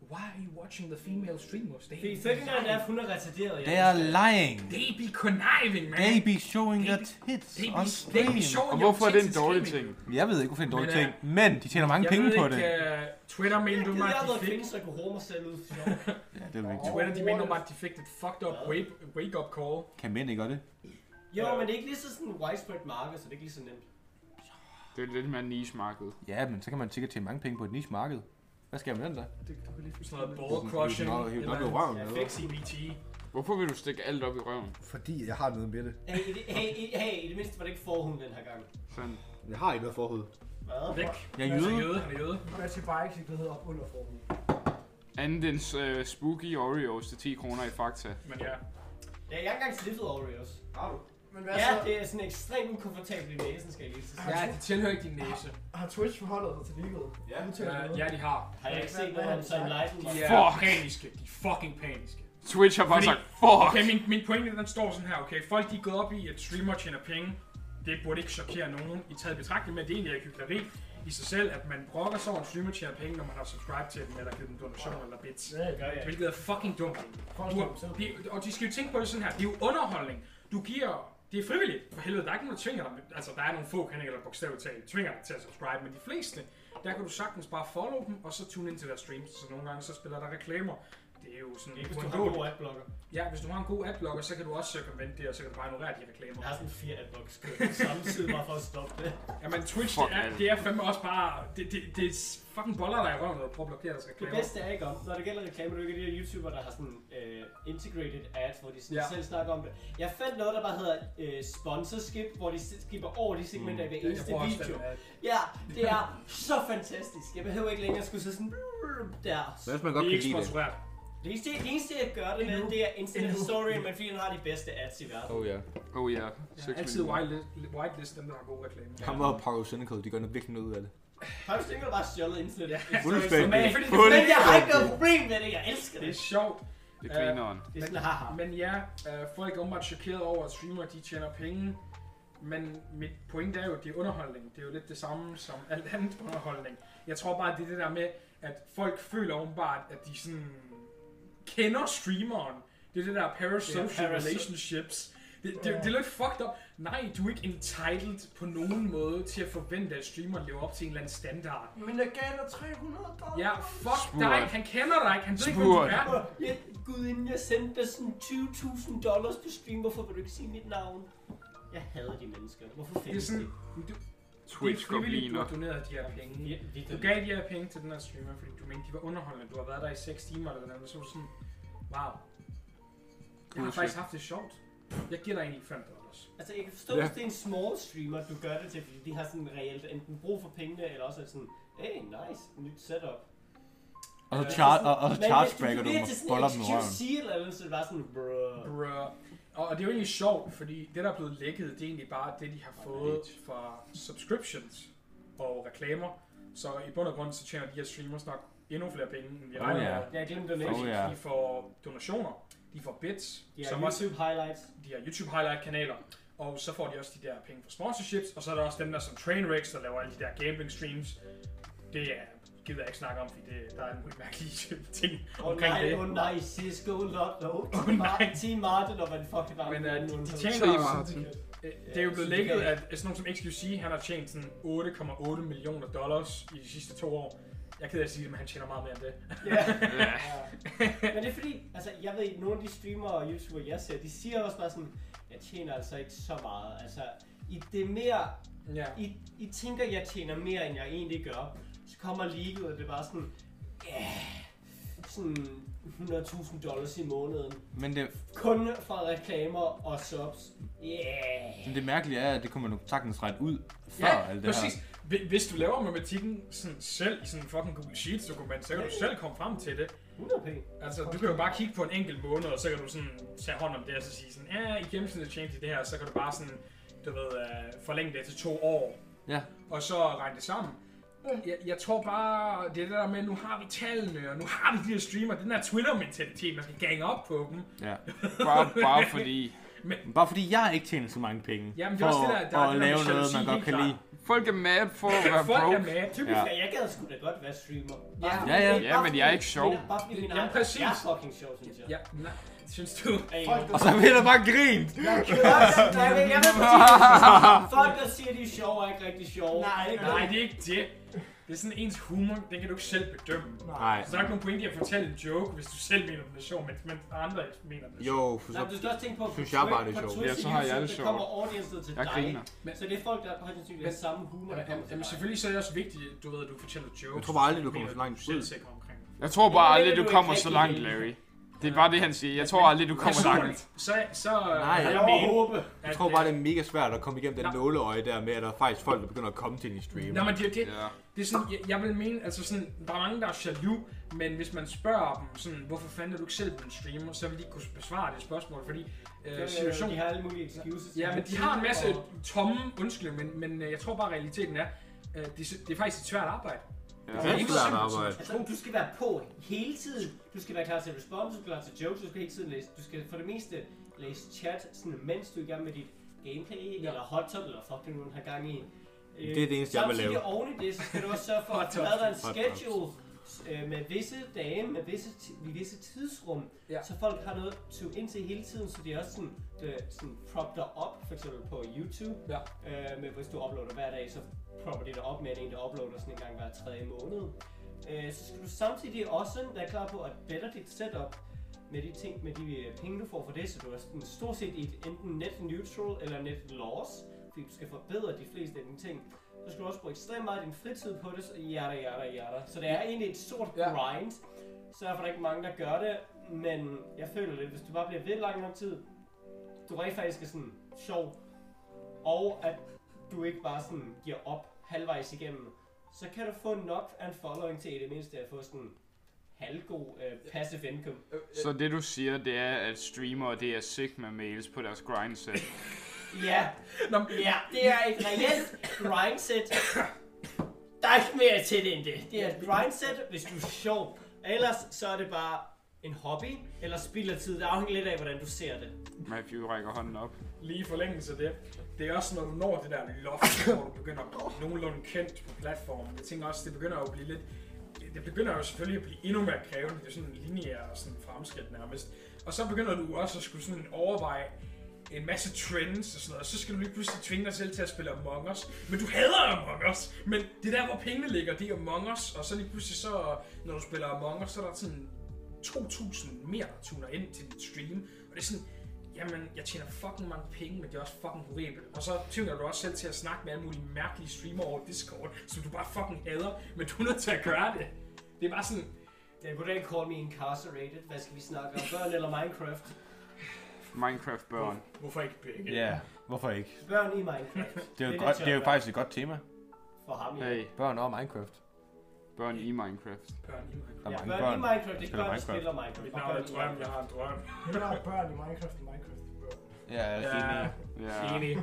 why are you watching the female streamers? Fordi 39 er, hun er retarderet. They are lying. They be conniving, man. They be showing their tits on stream. Og hvorfor er det en dårlig ting? Jeg ved ikke, hvorfor det er en dårlig ting, men de tjener mange penge på det. Twitter mener du mig, at de fik... Jeg kunne håbe mig selv ud. Ja, det er vigtigt. Twitter, de mener mig, at de fik et fucked up wake-up call. Kan mænd ikke gøre det? Jo, men det er ikke lige så sådan en widespread marked, så det er ikke lige så nemt. Det er lidt mere niche-marked. Ja, men så kan man sikkert tjene mange penge på et niche-marked. Hvad skal jeg med den der? Det kan lige få sådan noget ball crushing. Eller CBT. Hvorfor vil du stikke alt op i røven? Fordi jeg har noget med det. Hey, i det mindste var det ikke forhud den her gang. Sådan. Jeg har ikke noget forhud. Hvad? Væk. Jeg er jøde. Han er jøde. Hvad til bare ikke hedder op under forhud? Anden end spooky Oreos til 10 kroner i Fakta. Men ja. Ja, jeg har ikke engang slippet Oreos. Har du? Men hvad Ja, så? det er sådan ekstremt ukomfortabelt i næsen, skal jeg lige sige. Ja, de tilhører ikke din næse. Har Twitch forholdet sig til livet? Ja, de har. Har jeg ikke set noget af det, så enlighten mig? De er paniske. De er fucking paniske. Twitch har bare sagt, fuck! Okay, min pointe, den står sådan her, okay. Folk, de er gået op i, at streamer tjener penge. Det burde ikke chokere nogen. I taget betragtning med, at det egentlig er hykleri i sig selv, at man brokker sig over, en streamer tjener penge, når man har subscribed til den, eller givet dem donation eller bits. Ja, det gør jeg. Hvilket er fucking dumt. Og de skal jo tænke på det sådan her. Det er jo underholdning. Du giver... Det er frivilligt. For helvede, der er ikke nogen, der tvinger dig. Altså, der er nogle få kanaler, der bogstaveligt talt tvinger dig til at subscribe, men de fleste, der kan du sagtens bare follow dem, og så tune ind til deres streams. Så nogle gange, så spiller der reklamer. Det er jo sådan... Ikke hvis du har en god adblocker. Ja, hvis du har en god adblocker, så kan du også circumvente det, og så kan du bare ignorere de reklamer. Jeg har sådan 4 adblocks kørt samtidig bare for at stoppe det. Jamen, Twitch, det er fandme også bare... Det er fucking boller, der er i røven, når du prøver at blokere deres reklamer. Det bedste er ikke om, når det gælder reklamer, du ikke de her YouTuber, der har sådan integrated ads, hvor de sådan selv snakker om det. Jeg fandt noget, der bare hedder sponsorship, hvor de skipper over de segmenter i hver eneste video. Ja, det er så fantastisk. Jeg behøver ikke længere at skulle sådan der. Hvad hvis man godt kan lide det? Det eneste, jeg gør det med, det er Instant Historian, men fordi den har de bedste ads i verden. Oh ja. Oh ja. Altid whitelist dem, der har gode reklamer. Ham og Pyrocynical, de gør nok virkelig noget ud af det. Pyrocynical har bare stjålet internet. Fuldstændig. Men jeg har ikke noget problem med det, jeg elsker Det er det. sjovt. Det er grineren. Det er sådan, haha. Men ja, folk er åbenbart chokeret over, at streamere de tjener penge. Men mit point er jo, at det er underholdning. Det er jo lidt det samme som alt andet underholdning. Jeg tror bare, at det er det der med, at folk føler åbenbart, at de sådan kender streameren. Det er det der parasocial relationships. Det er lidt fucked up. Nej, du er ikke entitled på nogen måde til at forvente, at streameren lever op til en eller anden standard. Men jeg gav dig $300. Ja, fuck dig. Han kender dig ikke. Han ved ikke, hvem du er. Gud, inden jeg sendte dig sådan $20,000 på stream, hvorfor vil du ikke sige mit navn? Jeg hader de mennesker. Hvorfor findes de? Twitch frivilligt, du har doneret de her penge. Ja, Du gav de her penge til den her streamer, fordi du mente, de var underholdende. Du har været der i 6 timer eller noget, så var du sådan, wow. Jeg har faktisk haft det sjovt. Jeg giver dig egentlig $5. Altså, jeg kan forstå, hvis det er en small streamer, du gør det til, fordi de har sådan reelt enten brug for pengene, eller også er sådan, hey, nice, nyt setup. Og så chargebacker du og boller dem i røven. QC eller noget, så det var sådan, bruh. Og det er jo egentlig sjovt, fordi det, der er blevet lækket, det er egentlig bare det, de har fået fra subscriptions og reklamer. Så i bund og grund, så tjener de her streamers nok endnu flere penge, end vi regner med. Jeg glemte donation. De får donationer, de får bits. De har YouTube highlights. De har YouTube highlight kanaler. Og så får de også de der penge fra sponsorships. Og så er der også dem der som Trainwrecks, der laver alle de der gambling streams. Det gider jeg ikke snakke om, fordi der er en mærkelig ting omkring det. Nej, CSGO Lotto. Team Martin og hvad det fuck det var. Men de tjener det er jo blevet lækket, at sådan nogen som XQC, han har tjent sådan $8,8 millioner i de sidste 2 år. Jeg er ked af at sige det, men han tjener meget mere end det. Men det er fordi, altså jeg ved ikke, nogle af de streamere og YouTubere jeg ser, de siger også bare sådan, jeg tjener altså ikke så meget. Altså, det er mere, I tænker, jeg tjener mere, end jeg egentlig gør. Så kommer leaget, og det er bare sådan, sådan $100,000 i måneden. Men det... Kun fra reklamer og subs. Men det mærkelige er, at det kunne man jo sagtens regne ud før alt det præcis. Her. Hvis du laver matematikken sådan selv i sådan en fucking Google Sheets dokument, så kan du selv komme frem til det. 100p. Altså, du kan jo bare kigge på en enkelt måned, og så kan du sådan tage hånd om det og så sige sådan, i gennemsnittet tjente de det her, så kan du bare sådan, du ved, forlænge det til 2 år. Ja. Og så regne det sammen. Jeg tror bare, det er det der med, nu har vi tallene, og nu har vi de her streamer, den der Twitter-mentalitet, man skal gange op på dem. Ja, bare fordi... Men bare fordi jeg ikke tjener så mange penge. Jamen, det er også det der at lave noget, man godt kan lide. Folk er mad for at være folk er broke. mad. Ja. Jeg gad sgu da godt være streamer. Ja, men jeg er ikke sjov. Bare fordi min Jamen, præcis. jeg er fucking sjov, synes jeg. Ja, nej, synes du? Og så bliver der bare grint. Folk, der siger, de er sjove, er ikke rigtig sjove. Nej, det er ikke det. Det er sådan ens humor, den kan du ikke selv bedømme. Nej. Så der er ikke nogen pointe i at fortælle en joke, hvis du selv mener, den er sjov, men andre ikke mener, den er sjov. Jo, for Nej, du skal også tænke på, synes jeg bare, det er sjovt. Ja, så har jeg det sjovt. Der kommer audience til jeg dig. griner. Så det er folk, der højst sandsynligt har samme humor, der kommer til Jamen dig. selvfølgelig så er det også vigtigt, du ved, at du fortæller jokes. Jeg tror bare aldrig, du kommer så langt ud. Selvsikker omkring. Jeg tror bare Det er aldrig, det, du du kommer ikke så rigtig langt, vil. Larry. Det er bare det, han siger. Jeg tror aldrig, du kommer langt. Så Nej, Jeg må håbe. Jeg tror bare, det er mega svært at komme igennem den nåleøje der med, at der er faktisk folk, der begynder at komme til din stream. Nå, men det Ja. er sådan, jeg vil mene, altså sådan, der er mange, der er jaloux, men hvis man spørger dem sådan, hvorfor fanden er du ikke selv en streamer, så vil de ikke kunne besvare det spørgsmål, fordi situationen... De har alle mulige excuses. Ja, men de har en masse tomme undskyldninger, men jeg tror bare, realiteten er, det er faktisk et svært arbejde. Det er ikke svært arbejde. Altså, du skal være på hele tiden. Du skal være klar til respons, du skal være klar til jokes, du skal hele tiden læse. Du skal for det meste læse chat, sådan, mens du er i gang med dit gameplay, eller hot top, eller fuck det nu, har gang i. Det er det eneste, jeg vil lave. Samtidig oven i det, så skal du også sørge for at have dig en schedule med visse dage, med visse tidsrum, så folk har noget til indtil hele tiden, så de er også sådan prop dig op, for eksempel på YouTube, med hvis du uploader hver dag, så propper de dig op med en, der uploader sådan en gang hver 3. måned. Så skal du samtidig også være klar på at better dit setup med de ting, med de penge du får for det, så du er sådan stort set i et enten net neutral eller net loss, fordi du skal forbedre de fleste af dine ting. Så skal du også bruge ekstremt meget af din fritid på det, så yada. Så det er egentlig et stort grind. Så er der ikke mange, der gør det, men jeg føler lidt, hvis du bare bliver ved lang nok tid, du rent faktisk er sådan sjov, og at du ikke bare sådan giver op halvvejs igennem, så kan du få nok af en following til i det mindste at få sådan halvgod passive income. Så det du siger, det er, at streamere, det er Sigma-mails på deres grindset. Ja, det er et reelt grindset. Der er ikke mere til det end det. Det er et grindset, hvis du er sjov. Ellers så er det bare en hobby, eller spilder tid. Det afhænger lidt af, hvordan du ser det. Matthew rækker hånden op. Lige i forlængelse af det. Det er også, når du når det der loft, hvor du begynder at blive nogenlunde kendt på platformen. Jeg tænker også, det begynder jo at blive lidt... Det begynder jo selvfølgelig at blive endnu mere krævende. Det er sådan en lineær og sådan fremskridt nærmest. Og så begynder du også at skulle sådan overveje en masse trends og sådan noget. Og så skal du lige pludselig tvinge dig selv til at spille Among Us. Men du hader Among Us. Men det er der, hvor pengene ligger. Det er Among Us. Og så lige pludselig så, når du spiller Among Us, så er der sådan 2.000 mere, der tuner ind til dit stream. Og det er sådan... Jamen, jeg tjener fucking mange penge, men det er også fucking horribelt. Og så tvinger du også selv til at snakke med alle mulige mærkelige streamer over Discord, som du bare fucking hader, men du er nødt til at gøre det. Det er bare sådan... Det kunne da ikke call me incarcerated. Hvad skal vi snakke om? Børn eller Minecraft? Minecraft-børn. Hvorfor ikke begge? Ja, hvorfor ikke? Børn i Minecraft. Det er jo faktisk et godt tema. For ham, ja. Hey, Børn og Minecraft. børn i Minecraft. Børn i Minecraft. Der er Ja, mange børn i børn. Minecraft, det er børn, der spiller Minecraft. Mit navn er drøm, jeg har en drøm. Der er børn i Minecraft, og Minecraft er børn. Ja, jeg er enig. Ja. Enig.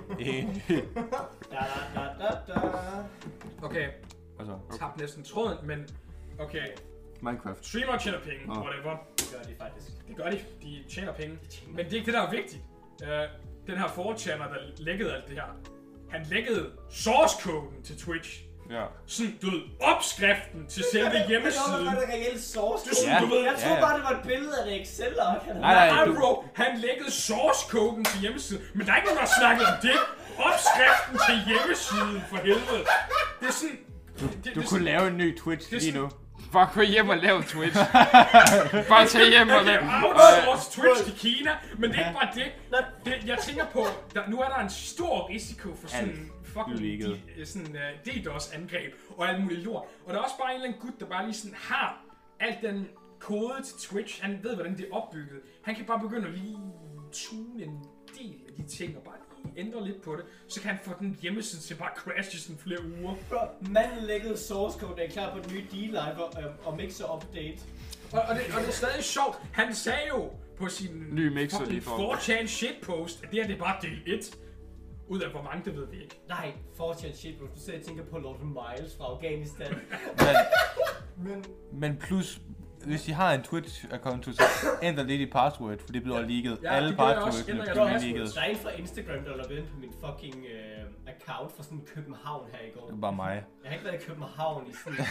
Da. Okay, Altså, tabte næsten tråden, men okay. Minecraft. Streamer tjener penge, whatever. Det gør de faktisk. Det gør de, de tjener penge. Men det er ikke det, der er vigtigt. Den her 4chaner, der lækkede alt det her, han lækkede source-koden til Twitch. Ja. Sådan, du ved, opskriften til selve hjemmesiden. Det var det reelle source. Jeg troede bare, det var et billede af det Excel-ark. Nej, bro, han lækkede source-koden til hjemmesiden. Men der er ikke nogen, der har snakket om det. Opskriften til hjemmesiden, for helvede. Det er sådan... Du kunne lave en ny Twitch lige nu. Bare gå hjem og lave Twitch. Bare tage hjem og lave... Outsource Twitch til Kina, men det er ikke bare det. Jeg tænker på, nu er der en stor risiko for sådan fucking DDoS-angreb og alt muligt lort. Og der er også bare en eller anden gut, der bare lige sådan har alt den kode til Twitch. Han ved, hvordan det er opbygget. Han kan bare begynde at lige tune en del af de ting og bare lige ændre lidt på det. Så kan han få den hjemmeside til bare crashe sådan flere uger. Manden lækkede source code, der er klar på den nye D-Live og mixer update. Og det er stadig sjovt. Han sagde jo på sin Ny mixer lige for. 4chan shitpost, at det her det er bare del 1. Ud af hvor mange, det ved vi ikke. Nej, 4chan shitpost. Du sidder og tænker på Lord Miles fra Afghanistan. Men plus, hvis I har en Twitch-account, så ændrer lidt i password, for det bliver leaget. Ja, Alle det gør jeg passwords også. Ændrer jeg bliver også. leaget. Der er en fra Instagram, der logget ind på min fucking account fra sådan København her i går. Det var bare mig. Jeg har ikke været i København i sådan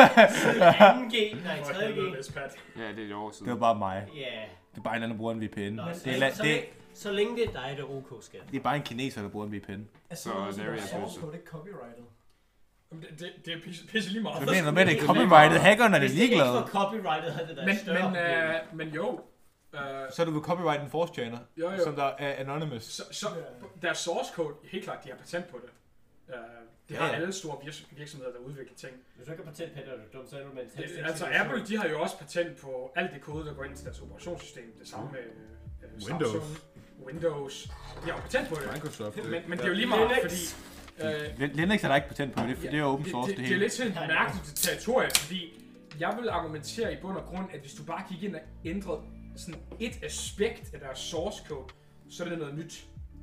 2G, nej 3G. Ja, det er et år siden. Det var bare mig. Ja. Det er bare en anden, der bruger en VPN. Nå, Så så længe det er dig, der er OK, skat. det er bare en kineser, der bruger en VPN. Altså, Så Larry er source pøsset. code ikke copyrighted. Det er pisse lige meget. Hvad mener du med, det er copyrighted? Hackerne er Hvis det ligeglade. ikke var copyrightet, havde det da et større problem. Men jo. Så er du ved copyright en force chainer, Jo. som der er anonymous. Så deres source code, helt klart, de har patent på det. Det har alle store virksomheder, der udvikler ting. Hvis du ikke har patent på det, er du dum, så er du med en tekst. Altså Apple, de har jo også patent på alt det kode, der går ind til deres operationssystem. Det samme med Windows. Samsung, Windows. De har jo patent på det. Microsoft. Men det er jo lige meget, fordi... Linux er der ikke patent på, det er open source det Det er hele. lidt sådan et mærkeligt territorium, fordi jeg vil argumentere i bund og grund, at hvis du bare gik ind og ændrede sådan et aspekt af deres source code, så er det noget nyt.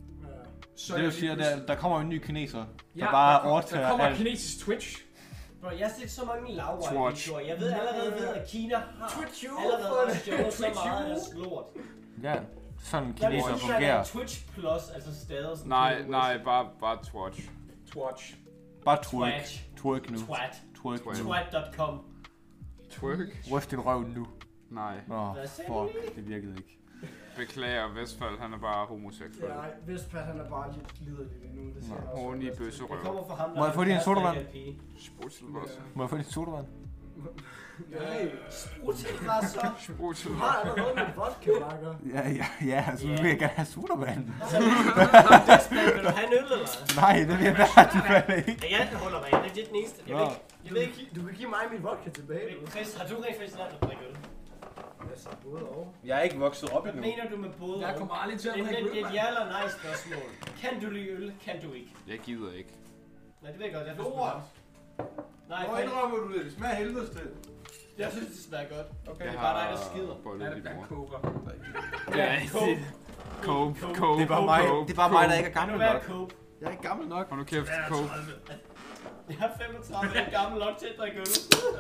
Så Det vil sige, at der kommer en ny kineser, der ja, bare der overtager kommer alt. kinesisk Twitch. Bro, jeg har set så mange lavvejle Twitch. videoer. Jeg ved allerede, at Kina har Twitch U, allerede for også stjålet så Twitch meget af U. deres lort. Ja, sådan Når det kineser er fungerer. Twitch Plus, altså stadig sådan... Nej, bare Twitch. Twitch. Bare twerk. Twitch. Twerk nu. Twat. Twerk nu. Twat.com. Twerk? Ryst din røv nu. Nej. Hvad sagde Fuck, det virkede ikke. Beklager, Vestfold, han er bare homoseksuel. Ja, Vestpat, han er bare lidt liderlig lige nu. Det ser jeg også. Horny Det bøsserøv. kommer fra ham, der Må jeg få din sodavand? Sprutselvosser. Må jeg få dit sodavand? Nej, Sprutselgræs så. du har allerede med vodka, Marker. Ja, altså nu vil jeg gerne have sodavand. Vil du have en øl, eller? Nej, det vil jeg bare, du falder ikke. Ja, jeg holder mig af. Det er den eneste. Jeg ved ikke. Du kan give mig min vodka tilbage. Chris, har du rent faktisk lært at drikke øl? Altså, både og. Jeg er ikke vokset op Hvad mener du med både Jeg og? kommer aldrig til at Det drikke er øl, et ja eller nej spørgsmål. Kan du lide øl? Kan du ikke? Jeg gider ikke. Nej, det ved jeg godt. Jeg Lort. Nej, Hvor indrømmer du det? Det smager helvedes til. jeg synes, det smager godt. Okay, Jeg det er bare dig, der har skider. bollet i Jeg mor. koger. Ja, Coke. Det er bare mig, der ikke er gammel Vil du være nok. coke? Jeg er ikke gammel nok. Hold nu kæft, Ja, Coke. 30. Jeg er 35 år gammel nok til at drikke øl.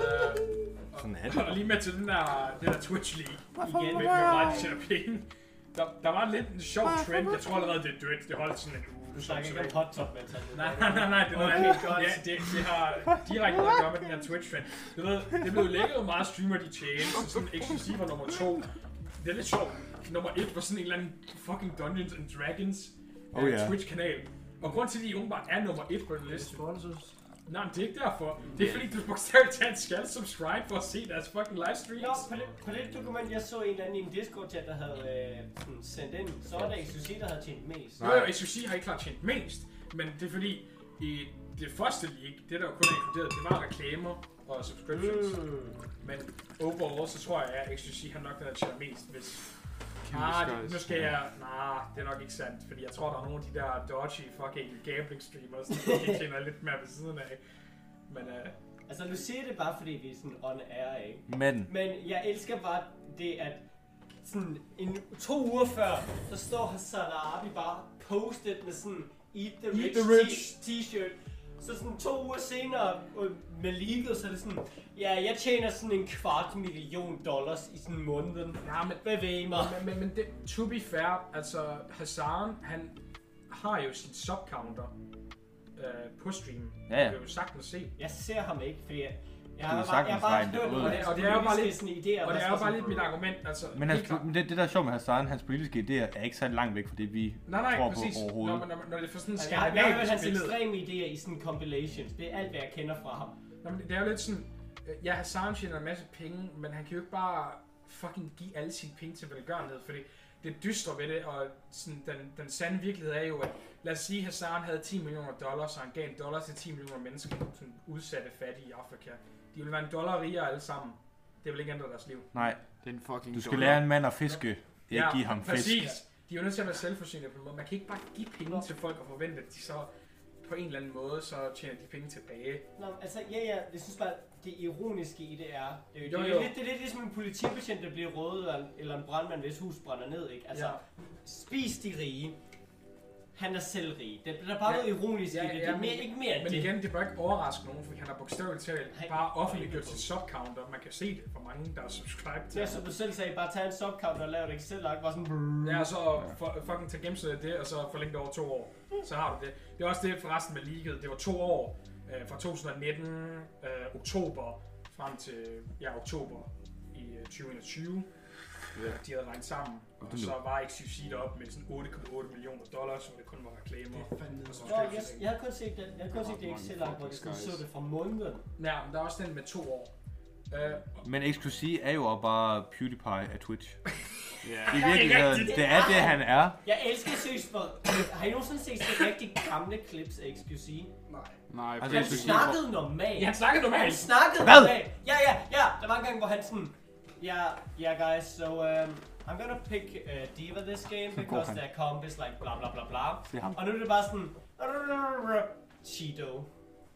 Sådan er Og lige med til den der Twitch League. Igen. Med mig, der tjener penge. Der var lidt en sjov trend. Jeg tror allerede, det er dødt. Det holdt sådan en uge. Du snakker ikke om hot top mental. Nej, det er noget Okay, andet. godt. Ja, det har direkte noget at gøre med den her Twitch-trend. Du ved, det blev lækket, hvor meget streamer de tjener, så sådan eksklusiv var nummer 2. Det er lidt sjovt. Nummer 1 var sådan en eller anden fucking Dungeons and Dragons Twitch-kanal. Og grund til, at de umiddelbart er nummer 1 på den liste. Sponsors. Nej, men det er ikke derfor. Det er fordi, du bogstaveligt talt skal subscribe for at se deres fucking livestreams. Nå, på det dokument, jeg så en eller anden i en Discord-chat, der havde sådan sendt ind, så var det XQC, der havde tjent mest. Jo, XQC har ikke klart tjent mest, men det er fordi, i det første league, det der kun er inkluderet, det var reklamer og subscriptions. Men overall, så tror jeg, at XQC har nok den, der tjener mest, hvis... nu skal jeg... det er nok ikke sandt, fordi jeg tror, der er nogle af de der dodgy fucking gambling streamers, der tjener lidt mere ved siden af. Men Altså, du siger det bare, fordi vi er sådan on air, ikke? Men jeg elsker bare det, at sådan 2 uger før, så står Hassan Arabi bare postet med sådan Eat the Rich t-shirt. Så sådan 2 uger senere med leaget, så er det sådan, ja, jeg tjener sådan $250,000 i sådan måneden. ja, men Bevæg mig. Men det, to be fair, altså Hassan, han har jo sin subcounter på streamen. Ja, ja. Det kan jo sagtens se. Jeg ser ham ikke, fordi jeg kan har sagtens bare regne det hørt ud. nogle Og det er jo bare lidt- sådan idéer. Og det er jo bare lidt mit argument, altså... Men helt klart. det der er sjovt med Hassan, hans politiske idéer er ikke så langt væk fra det, vi Nej, tror præcis. på overhovedet. Når det er for sådan en Jeg har hørt hans skandinavisk billede. ekstreme idéer i sådan compilations. Det er alt, hvad jeg kender fra ham. Nå, men det er jo lidt sådan... Ja, Hassan tjener en masse penge, men han kan jo ikke bare fucking give alle sine penge til velgørenhed, fordi det dystre ved det, og sådan, den sande virkelighed er jo, at lad os sige, at Hassan havde $10 million, så han gav $1 til 10 millioner mennesker, sådan udsatte fattige i Afrika. De ville være $1 rigere alle sammen. Det vil ikke ændre deres liv. Nej, Det er en fucking du skal lære en mand at fiske, ikke give ham fisk. præcis. De er jo nødt til at være selvforsynende på en måde. Man kan ikke bare give penge til folk og forvente, at de så på en eller anden måde, så tjener de penge tilbage. Nå, altså, jeg synes bare, det ironiske i det er... Det Jo. er lidt ligesom en politibetjent, der bliver røget, eller en brandmand, hvis hus brænder ned, ikke? Altså, spis de rige. han er selvrig. Der er bare noget ironisk i det. Det er ikke mere end men det. Men igen, det bør ikke overraske nogen, fordi han har bogstaveligt talt bare offentliggjort sit subcounter. Man kan se det for mange, der er subscribed til. Ja, som du selv sagde, bare tage en subcounter og lave et Excel-ark, bare sådan... Ja, og så fucking tage gennemsnittet af det, og så forlænge det over 2 år. Så har du det. Det er også det forresten med leaget. Det var 2 år fra 2019 oktober frem til oktober i 2021. De havde regnet sammen, og så var XQC deroppe med sådan $8,8 millioner, hvor det kun var reklamer. Jeg har kun set det Excel-ark, hvor det så det fra måneden. Ja, men der er også den med 2 år. Men XQC er jo bare PewDiePie af Twitch. Ja. I virkeligheden, det er det, han er. Jeg elsker seriøst for... Har I nogensinde set de rigtig gamle clips af XQC? Nej, Altså, Han snakkede normalt. Ja, han snakkede normalt. Han snakkede Hvad? normalt. Ja. Der var en gang, hvor han sådan... Yeah, guys, so I'm gonna pick Diva this game because their comp is like blah blah blah blah. Og nu er det bare sådan... Cheeto.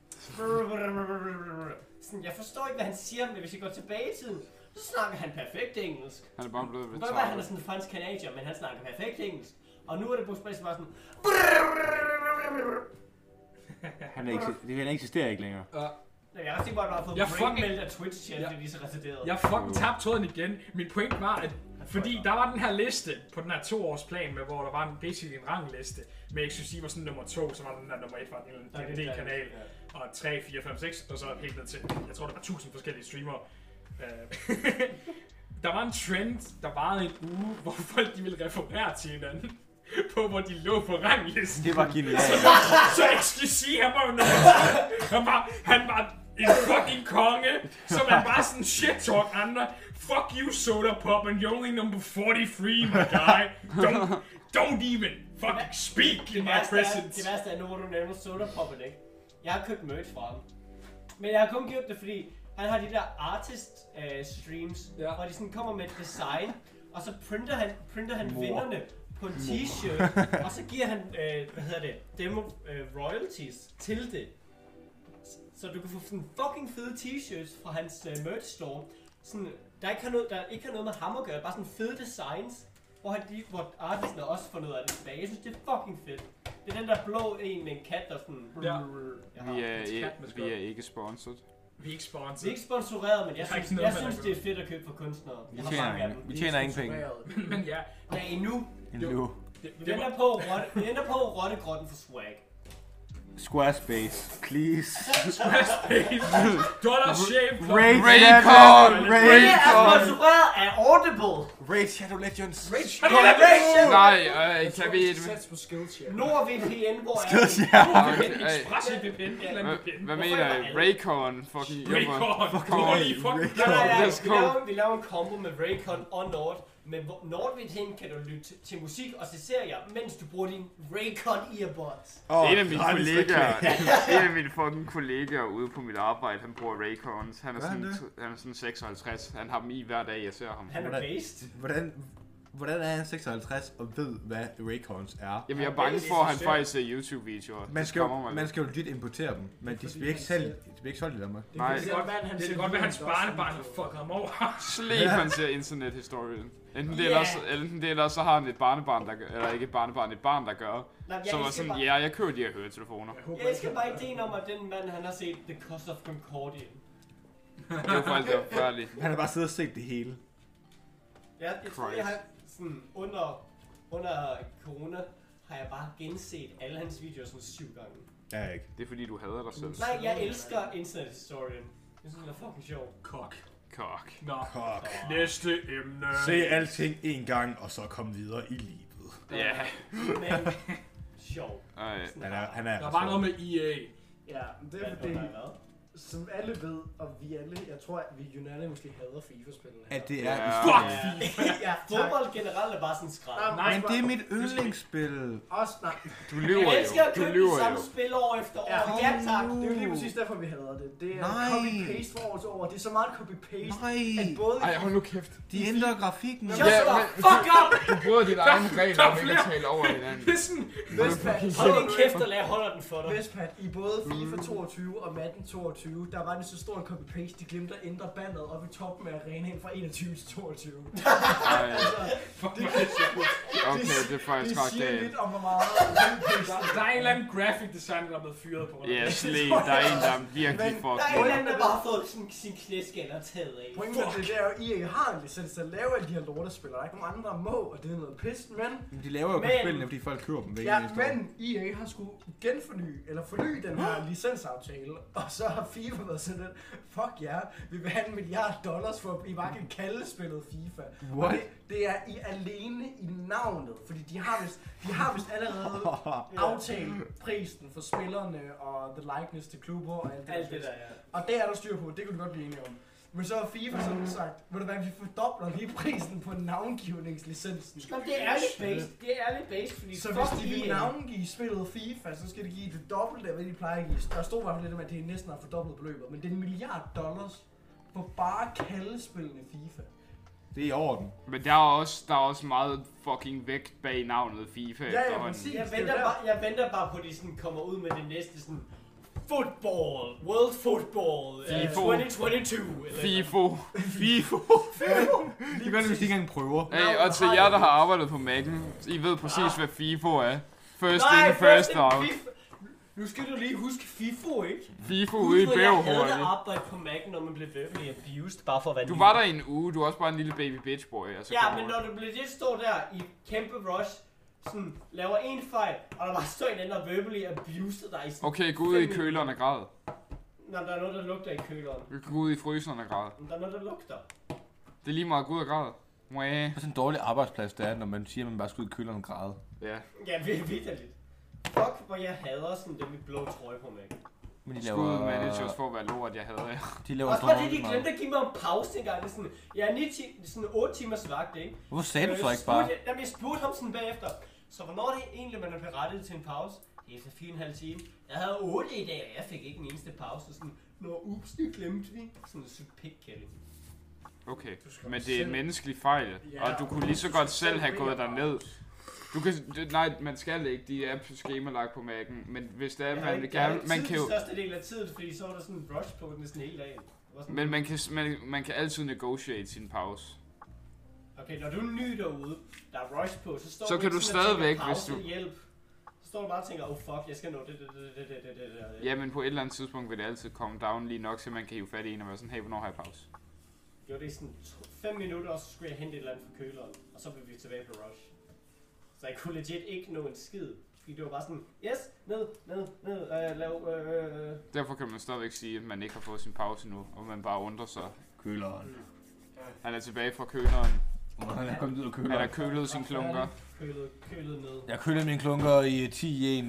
Sådan, jeg forstår ikke, hvad han siger, men hvis jeg går tilbage i tiden, så snakker han perfekt engelsk. Han er bare blevet Det kan være, han er sådan en fransk canadier, men han snakker perfekt engelsk. Og nu er det bare sådan... Han eksisterer ikke længere. Jeg har også bare har fået brainmelt af Twitch-chat, det er lige så retarderet. Jeg fucking tabte tråden igen. Min point var, at fordi der var den her liste på den her 2-årsplan, med, hvor der var basically en rangliste, med XQC var sådan nummer 2, så var der den der nummer 1 var en D-kanal, og 3, 4, 5, 6, og så helt ned til, jeg tror der var 1000 forskellige streamere. Der var en trend, der varede en uge, hvor folk de ville referere til hinanden, på hvor de lå på ranglisten. Det var genialt. Så XQC, han var jo nummer 2. Han var en fucking konge, så man bare sådan shit-talk andre. Fuck you, Soda Pop, and you're only number 43, my guy. Don't even fucking speak in my presence. Det værste er nu, hvor du nævner Soda Pop'en, ikke? Jeg har købt merch fra ham. Men jeg har kun gjort det, fordi han har de der artist streams, hvor de sådan kommer med et design, og så printer han vinderne på en t-shirt, og så giver han, demo royalties til det. Så du kan få sådan fucking fede t-shirts fra hans merch store. Sådan, der ikke har noget med ham at gøre, bare sådan fede designs, hvor artisterne også får noget af det tilbage. Jeg synes, det er fucking fedt. Det er den der blå en med en kat, der sådan... Ja. Vi er ikke sponsored. Vi er ikke sponsored. Vi er ikke sponsoreret, men jeg synes det er fedt at købe for kunstnere. Vi tjener ingen penge. Men ja. Ja, endnu. Vi ender på Rottegrotten for swag. Squarespace, please. Squarespace. Dollar Shave. Raycon. Det er sponsoreret af Audible. Raid Shadow Legends. Nej, kan vi... NordVPN, hvor er Skidshare. ExpressVPN. Hvad mener I? Raycon? Fucking... Vi laver en combo med Raycon og Nord. Men NordVPN kan du lytte til musik og til serier, mens du bruger din Raycon earbuds. En af mine fucking kollegaer ude på mit arbejde, han bruger Raycons. Han er sådan 56. Han har dem i hver dag, jeg ser ham. Han er based. Hvordan er han 56 og ved, hvad Raycons er? Jamen, jeg er bange for, at han faktisk ser YouTube-videoer. Man skal jo lidt importere dem, men de bliver ikke solgt i Danmark. Nej. Det kan godt være, hans barnebarn har fucket ham over. Slip, han ser internethistorien. Enten det, eller så har han et barnebarn, eller ikke et barnebarn, et barn, der gør. Så var sådan, jeg køber de her høretelefoner. Jeg elsker bare ideen om, at den mand, han har set The Cost of Concordia. Det var faktisk forfærdeligt. Han har bare siddet og set det hele. Jeg tror, jeg har sådan under corona, har jeg bare genset alle hans videoer sådan 7 gange. Ja, ikke. Det er fordi, du hader dig selv. Nej, jeg elsker internethistorien. Jeg synes, det er fucking sjov. Kok. Nå. Kok. Næste emne. Se alting en gang, og så kom videre i livet. Ja. Men sjov. Han er der var noget med EA. Ja, det er fordi, som alle ved, og vi alle, jeg tror, at vi unanimously hader FIFA-spillene her. At det er... Fuck FIFA! Ja, fodbold generelt er bare sådan skræd. Men det er mit yndlingsspil. Også nej. Du lyver jo. Jeg elsker at købe det samme spil år efter år. Ja, tak. Det er jo lige præcis derfor, vi hader det. Det er copy-paste fra år til år. Det er så meget copy-paste, at både... Ej, hold nu kæft. De ændrer grafikken. Shut the fuck up! Du bryder dit egen regler om ikke at tale over hinanden. Det er sådan... Hold din kæft og lad holder den for dig. Vestpat, i både FIFA 22 og Madden 22, der var det så stor en copy-paste, de glemte at ændre bandet op i toppen af arenaen fra 21 til 22. Okay, det er faktisk ret Det siger galt. lidt om, hvor meget... Der er en eller anden graphic designer, der er blevet fyret på. Ja, slet. Der er en, der er virkelig Der fucking... er en eller anden, der bare har fået sin knæskaller taget af. Pointen er, det er jo, EA har en licens til at lave alle de her lortespil, der er ikke nogen andre, der må, og det er noget pis, men... De laver jo kun spillene, fordi folk køber dem væk. Ja, men EA har skulle forny den her licensaftale, og så har FIFA været sådan lidt, fuck ja, vi vil have $1 milliard for, at I bare kan kalde spillet FIFA. What? Og det er I alene i navnet, fordi de har vist allerede aftalt prisen for spillerne og the likeness til klubber og alt det der, ja. Og det er der styr på, det kunne du godt blive enige om. Men så har FIFA sådan sagt, ved du hvad, vi fordobler lige prisen på navngivningslicensen. Jamen, det er lidt based. Det er lidt based, fordi Så hvis de vil navngive spillet FIFA, så skal de give det dobbelte af, hvad de plejer at give. Der stod i hvert fald lidt om, at det næsten har fordoblet beløbet, men det er $1 milliard for bare at kalde spillene FIFA. Det er i orden. Men der er også meget fucking vægt bag navnet FIFA efterhånden. præcis. Jeg venter bare på, at de sådan kommer ud med det næste sådan... Football, World Football, FIFO. 2022. FIFO. Det gør det, hvis de ikke engang prøver. Hey, og til jer, der har arbejdet på Mac'en, I ved præcis, hvad FIFO er. First in, first out. Nu skal du lige huske FIFO, ikke? FIFO ude i Bæverhårene. Jeg havde arbejdet på Mac'en, når man blev verbally abused, bare for at være Du var der i en uge, du er også bare en lille baby bitch boy. Altså ja, men når du blev lidt stå der i kæmpe rush, sådan laver en fejl, og der bare står en anden og verbally abused dig i sådan... Okay, gå ud i køleren og græd. Når der er noget, der lugter i køleren. Vi kan gå ud i fryseren og græd. Der er noget, der lugter. Det er lige meget, gå ud og græd. Mwah. Det er sådan en dårlig arbejdsplads, det er, når man siger, at man bare skal ud i køleren og græde. Ja. Ja, vitterligt. Fuck, hvor jeg hader sådan dem i blå trøje på Mac. Men de Skud laver... managers for at være lort, jeg havde jer. De laver Også fordi de dårligt glemte at give mig en pause engang. Det er sådan, jeg er sådan 8 timers vagt, ikke? Hvorfor sagde du så ikke bare? Jamen, jeg spurgte ham sådan bagefter. Så hvornår er det egentlig, man er berettiget til en pause? Efter 4,5 timer. Jeg havde 8 i dag, og jeg fik ikke en eneste pause. Sådan, ups, det glemte vi. Sådan en sygt pikkælling. Okay, men det er en menneskelig fejl, og du kunne lige så godt selv have gået derned. Du kan, nej, man skal ikke, de er på skemalagt på Mac'en, men hvis det er, man vil gerne, man kan jo... Det er største del af tiden, fordi så var der sådan en rush på den næsten hele dagen. Men man kan altid negotiate sin pause. Okay, når du er ny derude, der er rush på, så står så du kan du stadigvæk, hvis du... hjælp. Så står du bare og tænker, oh fuck, jeg skal nå det. Ja, men på et eller andet tidspunkt vil det altid komme down lige nok, så man kan hive fat i en og være sådan, hey, hvornår har jeg pause? Jo, det er sådan 5 minutter, og så skulle jeg hente et eller andet fra køleren, og så blev vi tilbage på rush. Så jeg kunne legit ikke nå en skid, fordi det var bare sådan, yes, ned, lav, Derfor kan man stadigvæk sige, at man ikke har fået sin pause nu, og man bare undrer sig. Køleren. Han er tilbage fra køleren. Han er kommet ud af køleren. Han har kølet sine klunker. Kølet ned. Jeg kølede mine klunker i 10-1.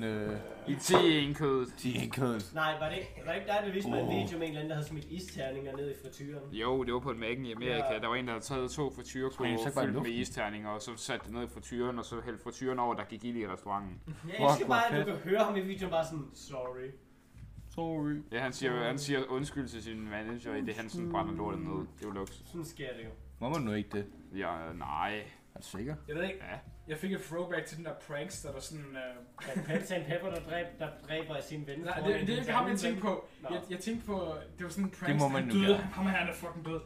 I 10-1 kødet. 10-1 kødet. Nej, var det ikke dig, der viste mig en video med en eller anden, der havde smidt isterninger ned i frityren? Jo, det var på et Mac'en i Amerika. Der var en, der havde taget 2 frityrkurver fyldt med isterninger, og så satte det ned i frityren, og så hældte frityren over, der gik ild i restauranten. Ja, jeg skal bare, at du kan høre ham i videoen bare sådan, sorry. Ja, han siger undskyld til sin manager, i det han sådan brænder lortet ned. Det er jo luksus. Sådan sker det jo. Må man nu ikke det? Ja, nej. Er du sikker? Jeg ved ikke. Ja. Jeg fik et throwback til den der pranks, der sådan... Sam Pepper, der dræber sin ven. Nej, det er ikke ham, jeg tænkte på. Jeg tænkte på, det var sådan en pranks, det må man han døde. Ham han er fucking død.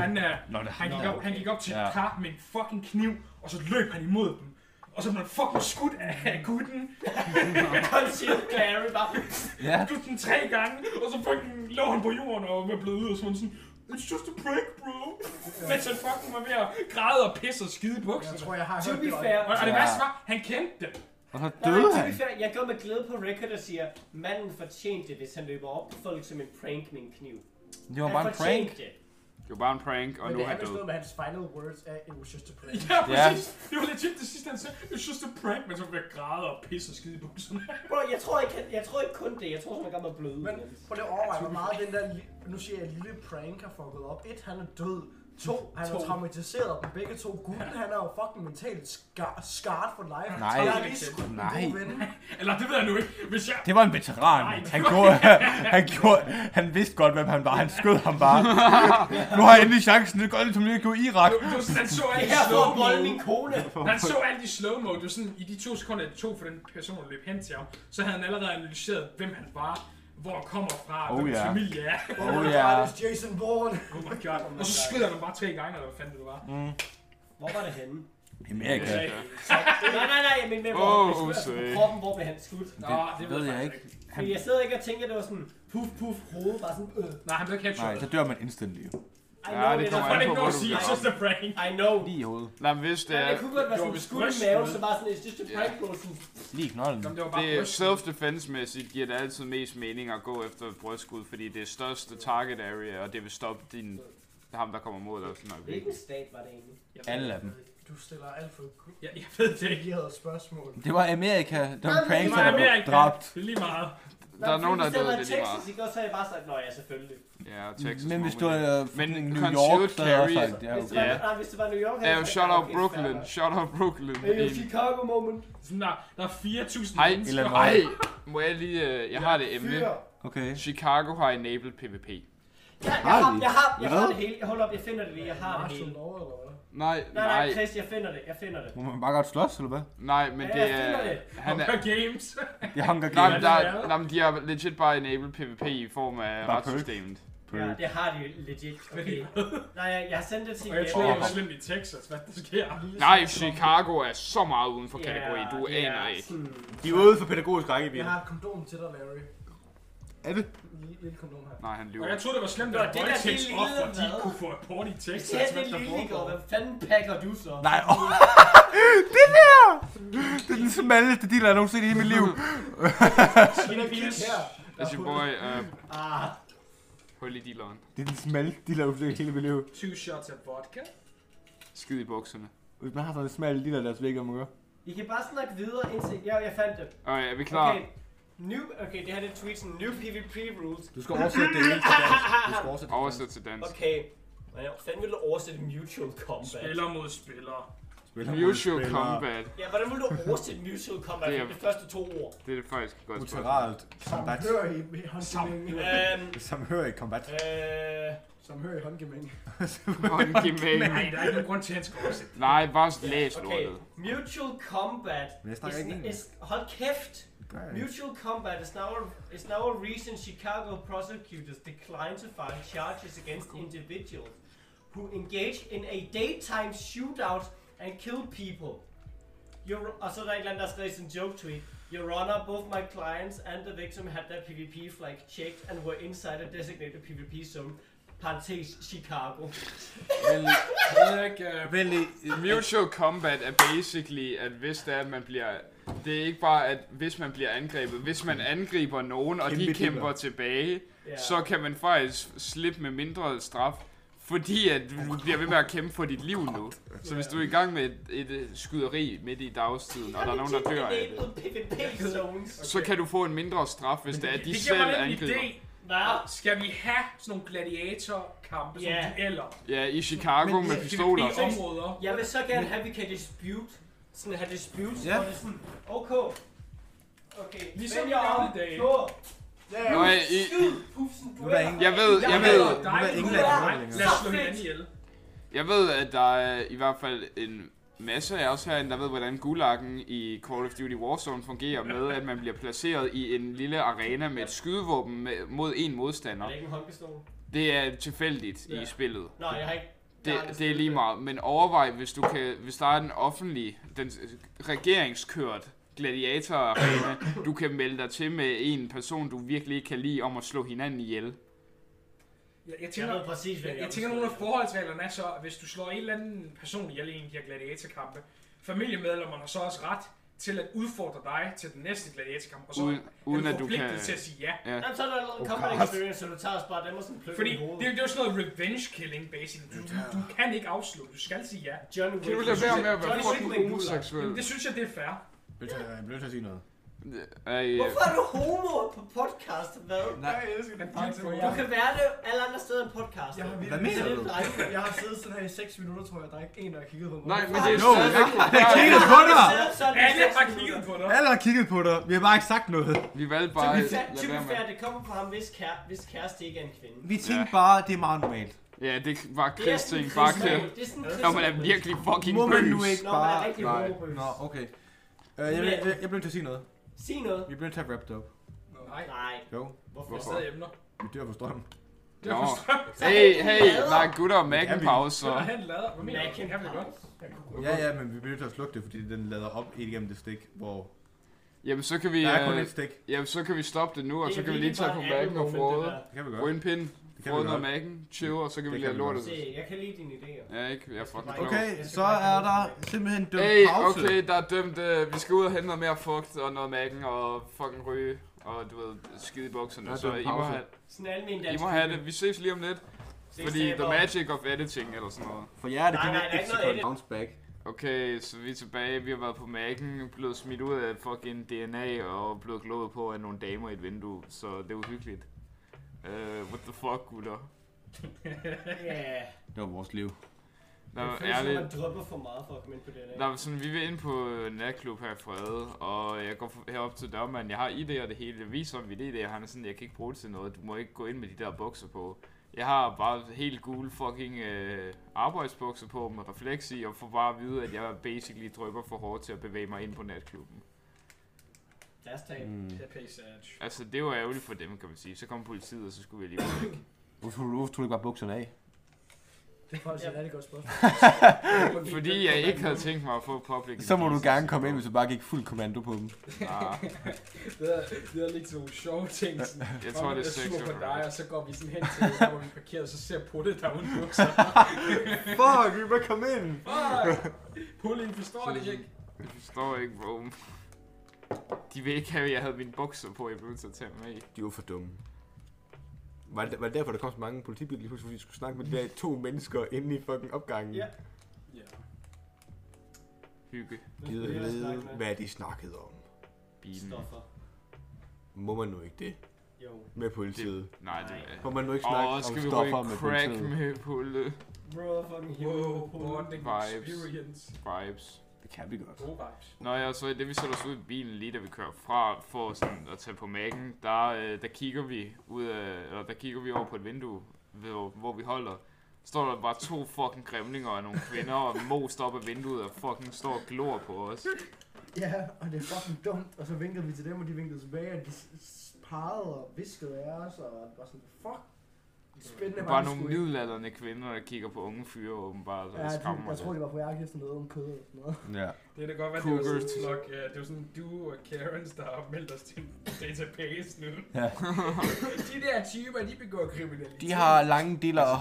Han gik op til et par med en fucking kniv, og så løb han imod dem. Og så blev han fucking skudt af gutten. Concealed carry bare. Ja. Skudt den 3 gange, og så fucking lå han på jorden og var blevet ud og sådan... It's just a prank, bro. Mens han fucking var ved at græde og pisse og skide i bukserne. Jeg tror, jeg har To hørt be det. fair. Og det værste var, han kendte dem. Og så døde han. Jeg går med glæde på record og siger, manden fortjente det, hvis han løber op på folk som en prank med en kniv. Det var bare en prank. Det var bare en prank, og Men nu det er er han vist død. noget med hans final words af, it was just a prank. Ja, præcis. Det var legit det sidste, han sagde. It's just a prank, men så blev jeg græde og pisse og skide i bukserne. Bro, jeg tror ikke kun det. Jeg tror, han kan med bløde. Men prøv lige at overveje, hvor meget den der, nu siger jeg, lille prank har fucket op. 1, han er død. 2, han er traumatiseret dem begge to. Gutten, han er jo fucking mentalt scarred for life. Nej. Jeg har lige skudt en Nej. god ven. Eller det ved jeg nu ikke. Hvis jeg... Det var en veteran. Han vidste godt, hvem han var. Han skød ham bare. Nu har jeg endelig chancen. Det går lidt som lige gå i Irak. Han så alle Det her slow for at bolde min kone. Han så alle de slow-mo. Det var sådan, i de 2 sekunder, det tog for den person, der løb hen til ham, så havde han allerede analyseret, hvem han var, hvor han kommer fra, hvem hans familie er. Det er Jason Bourne. Oh my god. Og så skyder han bare 3 gange, eller hvad fanden det var. Hvor var det henne? Amerika. Nej, jeg mener med, kroppen, hvor blev han skudt? Nå, det ved jeg ikke. Fordi jeg sidder ikke og tænker, at det var sådan, puff, hovedet bare sådan, Nej, han blev ketchup. Nej, så dør man instantly jo. Ja, det kommer an på, hvor du sige, it's just a prank. I know. Lige i hovedet. Nej, men hvis det er... Jeg kunne godt være sådan skud i maven, så bare sådan, it's just a prank, bro. Lige i knolden. Det er self-defense-mæssigt giver det altid mest mening at gå efter et brystskud, fordi det er største target area, og det vil stoppe ham, der kommer mod dig. Hvilken stat var det egentlig? Alle af dem. Du stiller alt for jeg ved det ikke. spørgsmål. Det var Amerika, der var pranks, der var dræbt. Det er lige meget. Der er nogen, der er døde, det er lige meget. Texas, så har jeg bare sagt, nå ja, selvfølgelig. Ja, Texas. Men hvis du er New York, så carry, er jeg sagt, ja. Nej, hvis det var New York, ja, shout out Brooklyn, shout out Brooklyn. Chicago moment. Sådan der er 4.000 mennesker. Hej, må jeg lige, jeg har det emne. Okay. Chicago har enabled PvP. Jeg har det hele. Hold op, jeg finder det lige. Jeg har det hele. Nej, Chris, jeg finder det. Må man bare godt slås, eller hvad? Nej, men det er... Hunger Games. Det er Hunger Games. Nej, men de har legit bare enabled PvP i form af retssystemet. Ja, det har de legit. Okay. Nej, jeg har sendt det til jer. Jeg tror, det var slemt i Texas, hvad der sker. Nej, Chicago er så meget uden for kategori, du aner ikke. De er ude for pædagogisk rækkevidde. Jeg har et kondom til dig, Larry. Er det? Lille kondom her. Nej, han lyver. Og jeg troede, det var slemt, at voldtægtsoffer, de kunne få apport i Texas. Det er det lille, hvad fanden pakker du så? Nej, det der! Det er den smalleste dealer, jeg nogensinde i hele mit liv. That's your boy, hul i dealeren. Det er den smalle dealer, jeg nogensinde i hele mit liv. 2 shots af vodka. Skid i bukserne. Hvis man har sådan en smal dealer, der slet ikke om at gøre. I kan bare snakke videre indtil... Ja, jeg fandt det. Okay, er vi klar? Okay, det her er tweetsen. New PvP rules. Du skal oversætte det hele til dansk. Oversætte til dansk. Okay. Hvordan fanden vil du oversætte mutual combat? Spiller mod spiller. Mutual combat. Ja, hvordan vil du oversætte mutual combat? Det er de første 2 ord. Det er det faktisk et godt spørgsmål. Uteralt combat. Samhørig combat. Samhørig håndgemæng. Håndgemæng. Nej, der er ikke nogen grund til, at han skal oversætte. Nej, bare læs lortet. Mutual combat. Hold kæft. Mutual combat is now a reason Chicago prosecutors decline to file charges against individuals who engage in a daytime shootout and kill people. Og så er der et eller andet, der skrev sådan en joke tweet. Your Honor, both my clients and the victim had their PvP flag checked and were inside a designated PvP zone. Parentes Chicago. Mutual combat er basically, at hvis det er, at man bliver... Det er ikke bare, at hvis man bliver angrebet. Hvis man angriber nogen, og de kæmper tilbage, så kan man faktisk slippe med mindre straf. Fordi at du bliver ved med at kæmpe for dit liv nu. Så hvis du er i gang med et skyderi midt i dagstiden, og der er nogen, der dør af det, så kan du få en mindre straf, hvis det er, at de selv angriber. Skal vi have sådan nogle gladiatorkampe, som dueller? Ja, i Chicago med pistoler. Jeg vil så gerne have, at vi kan dispute. Sådan have disputes, hvor det er sådan, okay, ligesom i gamle dage. Nå, jeg ved, at der er i hvert fald en masse af os herinde, der ved, hvordan gulaggen i Call of Duty Warzone fungerer med, at man bliver placeret i en lille arena med et skydevåben mod en modstander. Er det ikke en håndpistol? Det er tilfældigt i spillet. Nå, jeg har ikke... Det er lige meget, men overvej, hvis der er den offentlige, den regeringskørt gladiator-arena, du kan melde dig til med en person, du virkelig ikke kan lide, om at slå hinanden ihjel. Jeg tænker nogle af forholdsreglerne er så, at hvis du slår en eller anden person ihjel i en af de her gladiatorkampe, familiemedlemmerne har så også ret til at udfordre dig til den næste gladiatorkamp, og så uden er du forpligtet til at sige ja. Jamen, så er der allerede combat experience, så du tager os bare dem og sådan pløkker. Fordi det er jo sådan noget revenge killing, basically. Du kan ikke afslutte, du skal sige ja. Kan du lade være med at være fucking homoseksuel? Det synes jeg, det er fair. Jeg bliver nødt til at sige noget. Hvorfor er du homo på podcast? Hvad? Nej, jeg elsker den podcast. Du kan være det alle andre steder end podcast. Hvad mener du? Jeg har siddet sådan her i 6 minutter, tror jeg. Der er ikke en, der har kigget på mig. Nej, men det er stadigvæk... Jeg har kigget på dig! Alle har kigget på dig! Alle har kigget på dig. Vi har bare ikke sagt noget. Vi valgte bare... Det kommer fra ham, hvis kæreste ikke er en kvinde. Vi tænkte bare, det er det er meget normalt. Ja, det var Chris ting. Bare Chris. Når man er virkelig fucking bøs. Må man nu ikke bare... Nå, okay. Jeg bliver nødt til at sige noget. Sig noget. Vi bliver nødt til at wrap det op. Nej. Jo. Hvorfor? Stadig emner. Vi dør for strøm. Hey, nej gutter, Mac-en pause. Så han lader. Hvad mener du? Kan vi godt? Ja, men vi bliver nødt til at slukke det, fordi den lader op igennem det stik, hvor... Jamen, så kan vi... Der er kun et stik. Jamen, så kan vi stoppe det nu, og så kan vi lige tage på Mac'en og Frode. Det kan vi godt. Windpin, Frode noget Mac'en, chill, og så kan vi lade lortet. Se, jeg kan lide dine idéer. Ja, ikke? Jeg er fucking klog. Okay, så er der simpelthen dømt pause. Okay, der er dømt... Vi skal ud og hente noget mere fugt, og noget Mac'en, og fucking ryge, og du ved, skide i bukserne. Så I må have... Sådan almen dansk. I må have det. Vi ses lige om lidt. Fordi the magic of editing, eller sådan noget. For jer er det Nej, ikke noget edit. Bounce back. Okay, så vi er tilbage. Vi har været på Mac'en, blevet smidt ud af fucking DNA og blevet glået på af nogle damer i et vindue. Så det er uhyggeligt. What the fuck, gutter? Ja. Det var vores liv. Det føles som, man drømmer for meget for at komme ind på DNA. Der er sådan, vi vil ind på natklub her i Frede, og jeg går herop til dørmanden. Jeg har idéer det hele. Jeg viser om mit idéer. Han er sådan, jeg kan ikke bruge det til noget. Du må ikke gå ind med de der bukser på. Jeg har bare helt gule fucking arbejdsbukser på med refleks i, og får bare at vide, at jeg basically drøber for hårdt til at bevæge mig ind på natklubben. Deres tag. Det er pay Altså, det var ærgerligt for dem, kan man sige. Så kom politiet, og så skulle vi alligevel væk. Hvorfor tog du ikke bare bukserne af? Det er faktisk et rigtig godt spørgsmål. Fordi jeg ikke havde tænkt mig at få public. Så må du gerne komme ind, hvis du bare gik fuld kommando på dem. Det er lidt nogle sjove ting. Sådan, jeg tror, det er sur på dig, og så går vi sådan hen til, hvor vi parkerer, og så ser Putte der uden bukser. Fuck, vi bare komme ind! Putte, forstår det ikke. Jeg forstår ikke, bro. De vil ikke have, at jeg havde mine bukser på, jeg blev nødt til at tage dem af. De var for dumme. Var det derfor, der kom så mange politibiler, fordi vi skulle snakke med de der 2 mennesker inde i fucking opgangen? Ja. Hygge. Gider vide, hvad de snakkede om. Bilen. Stoffer. Må man nu ikke det? Jo. Med politiet? Nej, det er... Må man nu ikke snakke om skal vi stoffer med crack politiet? med politiet? Bro, fucking hero. Bonding experience. Vibes. Det kan vi godt. Gode vibes. Nå ja, så det vi sætter os ud i bilen lige da vi kører fra for sådan at tage på Mac'en, der kigger vi ud af, eller der kigger vi over på et vindue, hvor vi holder. Står der bare 2 fucking græmlinger og nogle kvinder og most op af vinduet og fucking står og glor på os. Ja, og det er fucking dumt. Og så vinkede vi til dem, og de vinkede tilbage, og de pegede og viskede af os, og det var sådan, fuck. Spændende bare nogle middelaldrende kvinder, der kigger på unge fyre åbenbart. Ja, jeg tror, det var på jærkisten med om kød eller sådan noget. Ja. Det kan godt være, det var sådan en flok, det var sådan du og Karens, der har meldt os til en database nu. Ja. De der typer, de begår kriminalitet. De har lange dealer.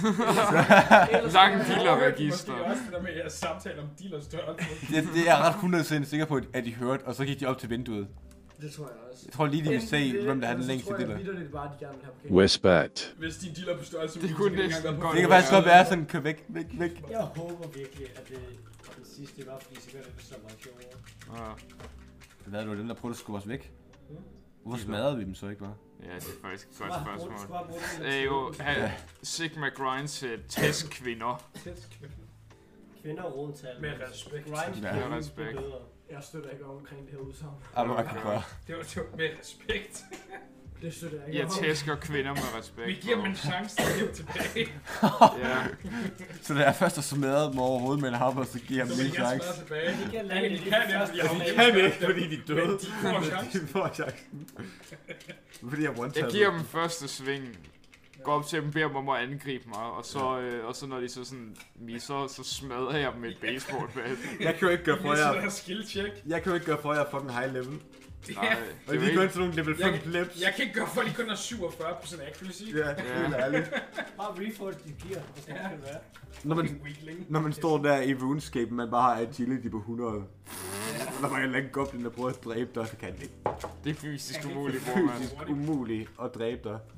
Lange dealer-register. Måske også det der med jeres samtale om dealerstørrelse. Det er jeg ret 100% sikker på, at de hørte, og så gik de op til vinduet. Det tror jeg også. Jeg tror lige, de vil se, hvem der har den længste dealer. Jeg tror, det bare, de gerne vil have parkeret. Respect. Hvis de dealer på størrelse, det kunne næsten godt. Det kan faktisk godt være sådan, kør væk. Jeg håber virkelig, at det den sidste var, fordi så gør det så meget sjovere. Ja. Hvad er det, den der prøvede at skubbe os væk? Hvorfor smadrede vi dem så ikke bare? Ja, det er faktisk et godt spørgsmål. Sigma Grinds test kvinder. Kvinder og rodental. Med respekt. Grinds med respekt. Jeg støtter ikke omkring det her udsagn. Det var med respekt. Det støtter jeg ikke. Jeg tæsker kvinder med respekt. Vi giver dem en chance til at leve tilbage. Ja. Så det er først at smadre dem overhovedet med en hammer, så giver ham en chance. Så de kan de kan ikke, fordi de døde. Men de får chancen. Fordi jeg giver dem første sving. Går op til dem, beder dem om at angribe mig, og så når de så sådan misser, så smadrer jeg dem med et baseballbat. Jeg kan jo ikke gøre for jer. Skill-check. Jeg kan jo ikke gøre for jer fucking high level. Nej, og de går ind til nogle level 5 clips. Jeg kan ikke gøre for, at de kun har 47% accuracy. Ja, det er helt ærligt. Bare reforce de gear, hvis det kan være. Når man står der i RuneScape, man bare har agility på 100. Der var en eller anden goblin, der prøver at dræbe dig, så kan det ikke. Det er fysisk umuligt, bror, man. Fysisk umuligt at dræbe dig.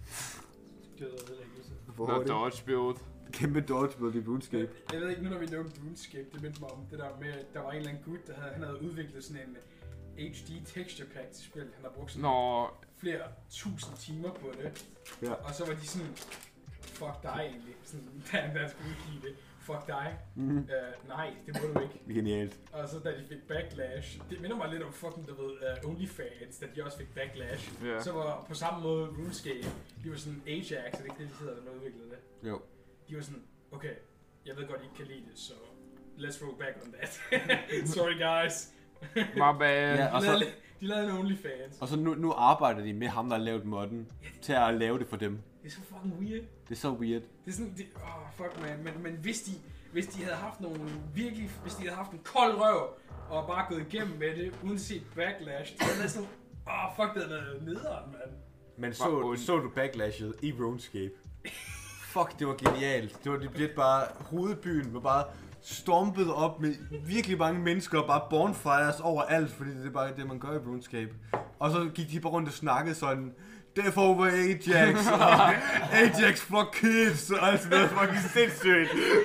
Noget dodge build. Kæmpe dodge build i RuneScape. Jeg ved ikke, nu når vi nævnte RuneScape, det mindte mig om det der med, der var en eller anden gut, han havde udviklet sådan en HD texture pack til spil. Han har brugt sådan flere tusind timer på det. Ja. Og så var de sådan, fuck dig egentlig. Sådan, da han skulle udgive det. Fuck dig. Nej, det må du ikke. Genialt. Og så da de fik backlash, det minder mig lidt om fucking, du ved, OnlyFans, da de også fik backlash. Yeah. Så var på samme måde RuneScape, de var sådan Ajax, er det ikke det, de hedder, der udviklede det? Jo. De var sådan, okay, jeg ved godt, I ikke kan lide det, så let's throw back on that. Sorry guys. My bad. Ja, og så, de lavede en OnlyFans. Og så nu arbejder de med ham, der har lavet modden, til at lave det for dem. Det er så fucking weird. Det er så weird. Det er sådan, fuck man, men hvis de, hvis de havde haft hvis de havde haft en kold røv, og bare gået igennem med det, uden at se backlash, så havde det sådan, fuck, det havde været nederen, mand. Men så du backlashet i RuneScape? Fuck, det var genialt. Det var legit bare, hovedbyen var bare stompet op med virkelig mange mennesker og bare bonfires overalt, fordi det er bare det, man gør i RuneScape. Og så gik de bare rundt og snakkede sådan, derfor var Ajax, og Ajax for kids, og alt sådan noget fucking sindssygt.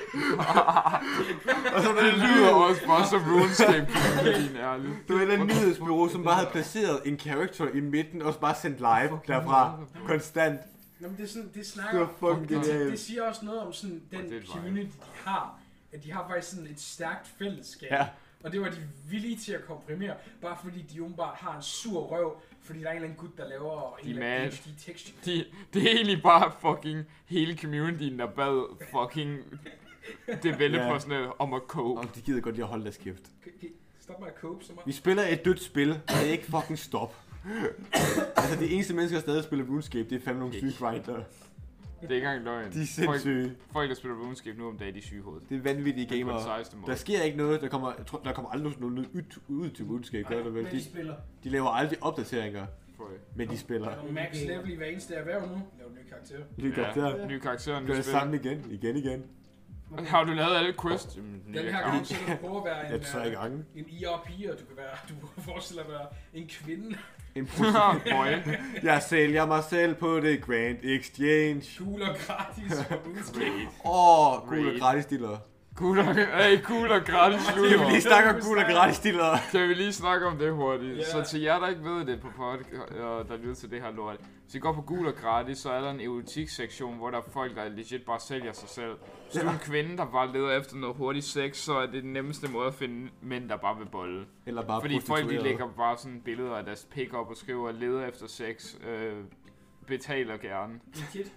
Og så det lyder også bare som RuneScape, din ærlig. Det var et eller andet nyhedsbureau, som bare havde placeret en character i midten, og så bare sendt live derfra, konstant. Jamen, det er sådan, det snakker, det siger også noget om sådan den community, de har. At de har faktisk sådan et stærkt fællesskab. Ja. Og det var de villige til at komprimere, bare fordi de åbenbart har en sur røv, fordi der er en eller anden gut, der laver en eller anden HD-tekst. Det er egentlig bare fucking hele communityen, der bad fucking developers om at cope. Og de gider godt lige at holde deres kæft. Stop med at cope så meget. Vi spiller et dødt spil, og det er ikke fucking stop. Altså det eneste mennesker, der stadig spiller RuneScape, det er fandme nogle syge grindere. Det er ikke engang løgn. De er sindssyge. Folk, der spiller RuneScape nu om dagen, de er syge hovedet. Det er vanvittige gamere. Der sker ikke noget, der kommer aldrig noget ud til RuneScape. Nej, men de spiller. De laver aldrig opdateringer, men de spiller. Max level i hver eneste erhverv nu. Laver nye karakterer. Nye karakterer. Ja, nye karakterer. Gør det samme igen. Har du lavet alle quests? Den her gang, så kan du prøve at være en IRP, og du kan forestille at være en kvinde. En jeg sælger mig selv på det Grand Exchange. Cool og gratis for RuneScape. Cool og gratis dealer. Cool og gratis slutter. Kan vi lige snakke om cool og gratis dealer? Kan vi lige snakke om det hurtigt? Yeah. Så til jer, der ikke ved det på podcast, og der lyder til det her lort. Hvis I går på Gul og gratis, så er der en erotik-sektion, hvor der er folk, der legit bare sælger sig selv. Hvis du er en kvinde, der bare leder efter noget hurtigt sex, så er det den nemmeste måde at finde mænd, der bare vil bolle. Eller bare fordi folk, de lægger bare sådan billeder af deres pick-up og skriver, leder efter sex, betaler gerne. Det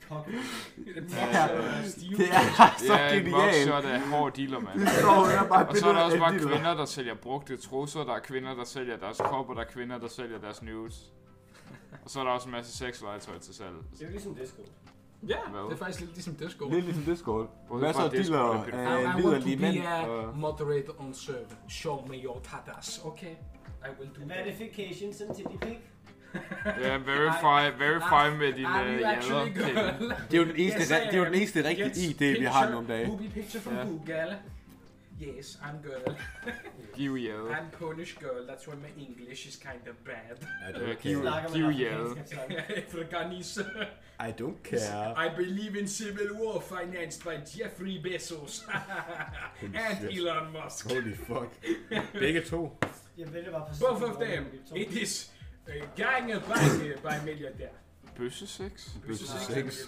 er så genialt. En mugshot af hård dealer, mand. Og så er der også bare kvinder, der sælger brugte trusser, der er kvinder, der sælger deres krop, og der er kvinder, der sælger deres nudes. Og så er der også en masse sexlegetøj til salg. Det er jo ligesom Discord. Ja, det er faktisk lidt ligesom Discord. Lidt ligesom Discord. Masser af dealer af liderlige mænd. I want to be a moderator on server. Show me your tatas, okay? I will do that. Verifications and titty pic. Ja, verify med din jader. Det er jo den eneste rigtige ID, vi har nu om dagen. Booby picture from Google. Yes, I'm girl. Give jader. I'm Polish girl, that's why my English is kind of bad. Give jader. Afghanis. I don't care. I believe in civil war financed by Jeffrey Bezos. And Elon Musk. Holy fuck. Begge to. Both of them. It is gange by milliardær. Bøssesex? Bøssesex.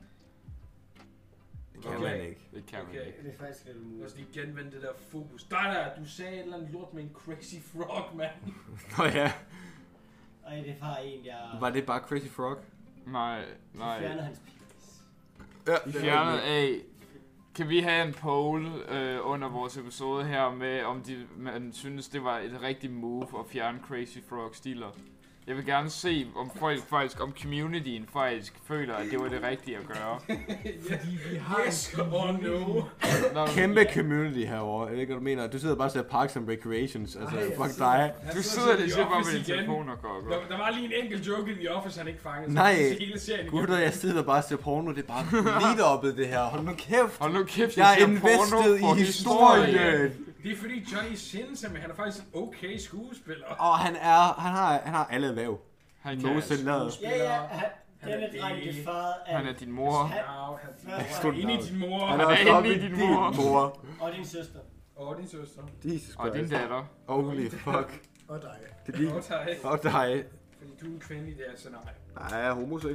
Det kan man ikke. Det kan man ikke. Det er faktisk lidt umuligt. Lad os lige genvende det der fokus. Der, du sagde et eller andet lort med en crazy frog, mand. Nå ja. Ej, det var en, jeg... Var det bare Crazy Frog? Nej. De fjernede hans penis. Ja, de fjernede af. Kan vi have en poll under vores episode her med, om man synes, det var et rigtigt move at fjerne Crazy Frog stiler? Jeg vil gerne se, om folk faktisk, om communityen faktisk føler, at det var det rigtige at gøre. Fordi vi har yes or no. Kæmpe community herovre. Jeg ved ikke, hvad du mener. Du sidder bare og ser Parks and Recreations. Altså, fuck dig. Du sidder lige bare med din telefon og går. Der var lige en enkelt joke i The Office, han ikke fangede. Nej, gutter, jeg sidder bare og ser porno. Det er bare lidt oppe, det her. Hold nu kæft. Hold nu kæft, jeg er invested i historien. Det er fordi Johnny Sins, han er faktisk en okay skuespiller. Og han har alle erhverv. Han kan Ja, han er dreng, far af... Han er din mor. Han er inde i din mor. Han er inde i din mor. Og din søster. Og din søster. Og din datter. Holy fuck. Og dig. Og dig. Fordi du er en kvinde i det her scenarie. Nej, jeg er homosex.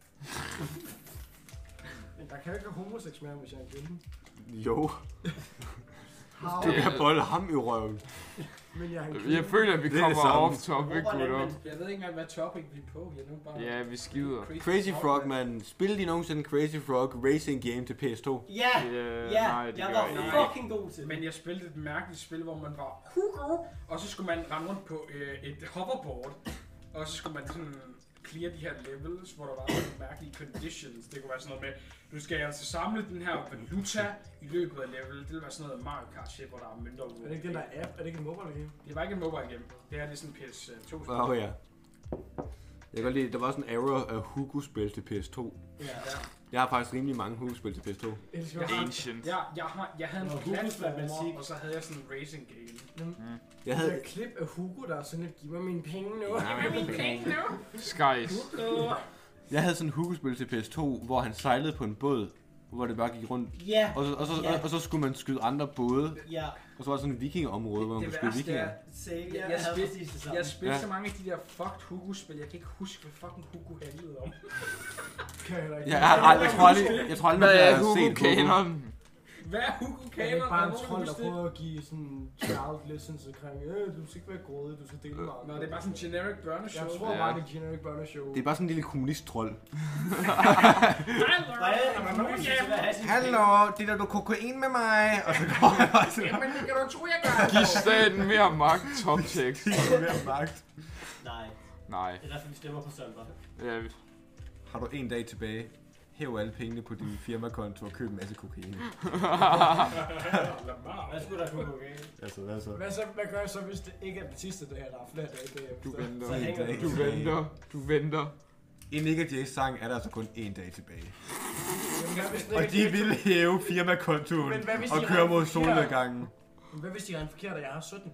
Men der kan jo ikke være homosex mere, hvis jeg er en kvinde. Jo. Du kan bolle ham i røven. Men jeg føler, at vi kommer off topic, gutter. Jeg ved ikke engang, hvad topic vi er på. Jeg nu bare ja, vi skider. Crazy Frog, man. Spil de nogensinde Crazy Frog Racing Game til PS2? Ja, nej, jeg var fucking god til. Men jeg spillede et mærkeligt spil, hvor man var og så skulle man rende rundt på et hoverboard. Og så skulle man sådan clear de her levels, hvor der var nogle mærkelige conditions. Det kunne være sådan noget med, du skal altså samle den her valuta i løbet af level. Det vil være sådan noget Mario Kart shit, hvor der er mønter. Er det ikke den der app? Er det ikke en mobile game? Det var ikke en mobile game. Det her det er sådan en PS2-spil. Ja. Jeg kan godt lide, der var sådan en error af Hugo-spil til PS2. Ja. Jeg har faktisk rimelig mange Hugo-spil til PS2. Ancient. Jeg havde en platformer, og så havde jeg sådan en racing game. Jeg havde havde... et klip af Hugo, der er sådan lidt, giv mig mine penge nu. Giv mig mine penge nu. Skies. Jeg havde sådan en Hugo-spil til PS2, hvor han sejlede på en båd, hvor det bare gik rundt. Ja. Og så skulle man skyde andre både. Ja. Og så var der sådan et vikingeområde, hvor man kunne skyde vikinger. Jeg spillede så mange af de der fucked Hugo-spil. Jeg kan ikke huske, hvad fucking Hugo handlede om. Jeg tror aldrig, hvad er set Hugo-kanon? Hvad er Hugo Det er Kanon? ikke bare en trold, der prøver at give sådan child lessons omkring, du skal ikke være grådig, du skal dele meget. Nå, det er bare sådan en generic børneshow. Jeg tror bare, det er en generic børneshow. Det er bare sådan en lille kommunist-trold. Hallo, deler du kokain med mig? Og så går jeg bare sådan. Jamen, det kan du tro, jeg gør. Giv staten mere magt, toptekst. mere magt. Nej. Det er derfor, vi stemmer på søndag. Ja. Har du en dag tilbage? Hæv alle pengene på din firmakonto og køb en masse kokain. Hvad skulle der kunne gå galt? Altså, hvad gør jeg så, hvis det ikke er den sidste dag, der er flere dage Du bagefter? Du venter. I Nick og Jays sang er der altså kun en dag tilbage. Jamen, og de vil hæve firmakontoen og køre mod solnedgangen. Hvad hvis de har en forkert, og jeg har 17?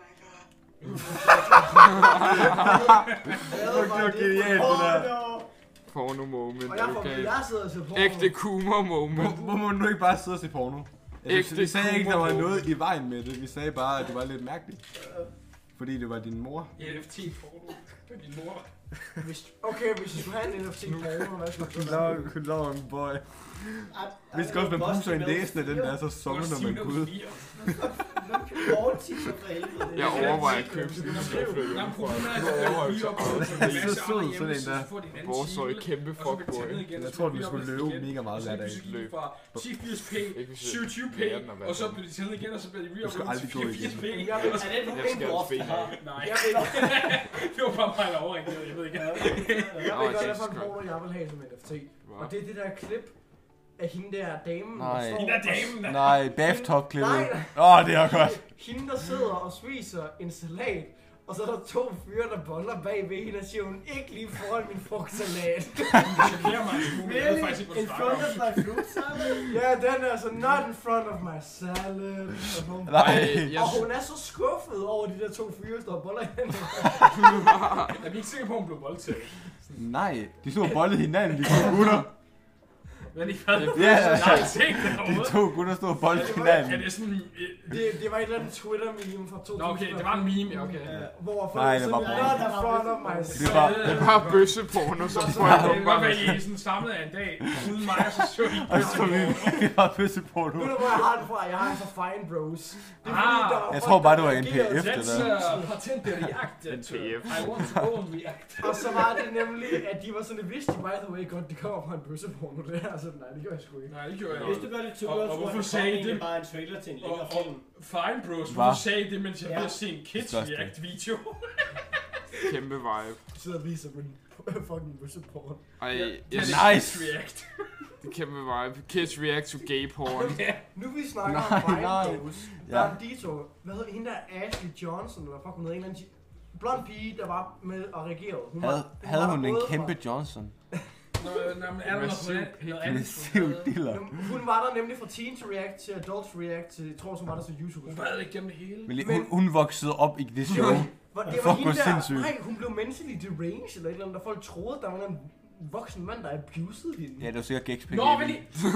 Det var genialt, det der. Porno moment, okay. Jeg sidder og ser porno. Ægte kummer moment. Hvor må du ikke bare sidde og se porno? Altså, vi sagde ikke, der var noget i vejen med det. Vi sagde bare, at det var lidt mærkeligt. Fordi det var din mor. NFT porno. Din mor. Okay, hvis I skulle have en NFT porno, hvad skulle du Long boy. Vi skal også med pusser i næsen af den der, så sommer når man går ud. Jeg overvejer at købe sådan en stofløb. Det er så sød, sådan en der. Hvor så et kæmpe fuckboy. Jeg tror, du skulle løbe mega meget hver dag. Løb fra 1080p, 720p, og så bliver de tændet igen, og så bliver de re-uploadet til 480p. Er det et problem, du ofte har? Nej, det var bare mig, der overreagerede, jeg ved ikke. Jeg ved godt, hvad for en porno jeg vil have som NFT. Og det er det der klip af hende der damen, Nej. Hende der damen? Nej, bathtub-klippet. Det er godt. Hende, der sidder og spiser en salat, og så er der 2 fyre, der boller bag ved hende og siger, hun ikke lige foran min frugtsalat. In front of my fruit salad? Ja, den er så not in front of my salad. Og hun er så skuffet over de der 2 fyre, der boller hende. Jeg er ikke sikker på, at hun blev voldtaget. Nej, de så bollet hinanden, de 2 gutter. Men de havde de 2 gutter stod og boldede hinanden. Er det sådan... Det var et eller andet Twitter-meme fra 2000. Okay, det var en meme, okay. Hvor nej, det var bare det var bøsseporno, som folk det kan godt være, I sådan samlet af en dag, uden mig, og så så I bøsseporno. Det var bøsseporno. Ved du, hvor jeg har det fra? Jeg har det fra Fine Bros. Jeg tror bare, det var NPF, det der. Patent reacted. I want to go and react. Og så var det nemlig, at de var sådan, at vidste de, by the way, godt, de kommer fra en bøsseporno, det her. Altså, nej, det gjorde jeg sgu ikke. Nej, det gjorde jeg ikke. Hvis du gør det 2 år, og hvorfor sagde I det? Bare en trailer til en længere film. Fine Bros, hvorfor sagde I det, mens jeg ville se en Kids React video? Kæmpe vibe. Du sidder og viser en fucking bøsseporno. Nice! React. Det er kæmpe vibe. Kids react to gay porn. Nu vi snakker om Fine Bros. Der er en dito. Hvad hedder hende der? Ashley Johnson, eller fuck, hun hedder en eller anden blond pige, der var med og regerede. Havde hun en kæmpe Johnson? Hun var der nemlig fra teen to react til adults react til, jeg tror, som var der til YouTube. Hun var ikke gennem det hele. Hun voksede op i det show. Det var hende der, nej, hun blev mentally deranged eller et eller andet, der folk troede, der var en voksen mand, der abusede hende. Ja, det var sikkert Gex-penge. Nå, men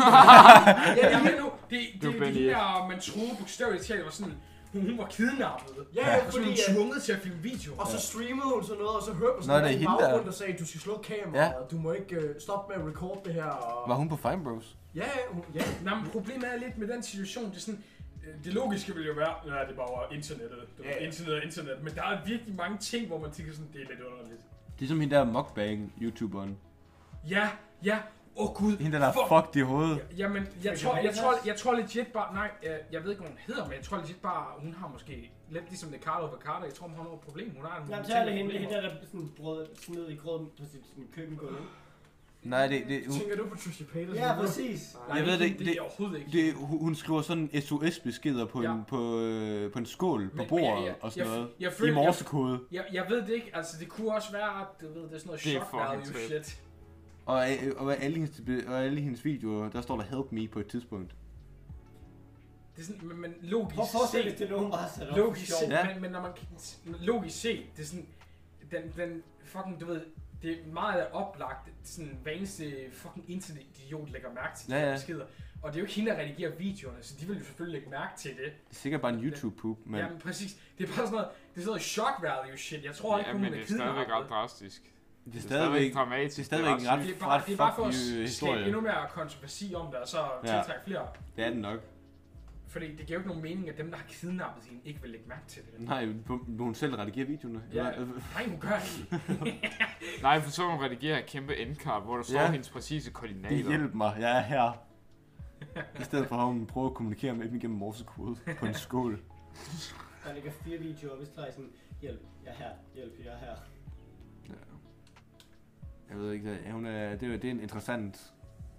det er de der, man troede bogstaveligt talt var sådan, hun var kidnappet. Ja, og så blev hun tvunget til at filme video. Og så streamede hun sådan noget, og så hørte man sådan en baggrund, der sagde, du skal slå kameraet, og du må ikke stoppe med at record det her. Og... Var hun på Fine Bros? Ja. Nej, men problemet er lidt med den situation, det er sådan, det logiske vil jo være, at det bare var internettet. Internet, men der er virkelig mange ting, hvor man tænker sådan, det er lidt underligt. Det er som hende der mukbang-youtuberen. Ja, Gud, Hende der fucked i hovedet. Jamen, jeg tror legit bare, nej, jeg ved ikke, hvad hun hedder, men jeg tror legit bare, hun har måske, lidt ligesom det Carlo Vacarda, jeg tror, hun har noget problem. Hun har jamen, så er det hende der sådan brød sned i grøden på sit køkkengulv. Nej, Tænker du på Trisha Paytas? Ja, præcis. Nej, jeg ved det er overhovedet ikke. Hun skriver sådan SOS-beskeder på en skål på bordet og sådan noget. I morsekode. Jeg ved det ikke, altså det kunne også være, at du ved, det er sådan noget shock value shit. Og alle hendes videoer, der står der help me på et tidspunkt. Det er sådan, men logisk set... Prøv at se, hvis det er nogen bare sat op. Logisk set, men når man... Logisk set, det er sådan... Den fucking, du ved... Det er meget oplagt, sådan hver eneste fucking internet-idiot lægger mærke til de her beskeder. Og det er jo ikke hende, der redigerer videoerne, så de vil jo selvfølgelig lægge mærke til det. Det er sikkert bare en YouTube-poop, men... Jamen præcis. Det er bare sådan noget... Det er sådan noget shock value shit. Jeg tror ikke, hun er kidnappet. det er stadigvæk ret drastisk. Det er stadigvæk dramatisk. Det er stadigvæk en ret det er bare for at skabe endnu mere kontroversi om det, og så tiltrække flere. Det er den nok. Fordi det giver jo ikke nogen mening, at dem, der har kidnappet hende, ikke vil lægge mærke til det. Nej, hun selv redigerer videoene. Ja. Nej, hun gør ikke. Nej, for så må hun redigere et kæmpe endcard, hvor der står hendes præcise koordinater. Det hjælper mig, jeg er her. I stedet for at hun prøver at kommunikere med dem igennem morsekode på en skål. Der ligger 4 videoer, hvis der er sådan, hjælp, jeg er her, hjælp, jeg er her. Ja. Jeg ved ikke, det er en interessant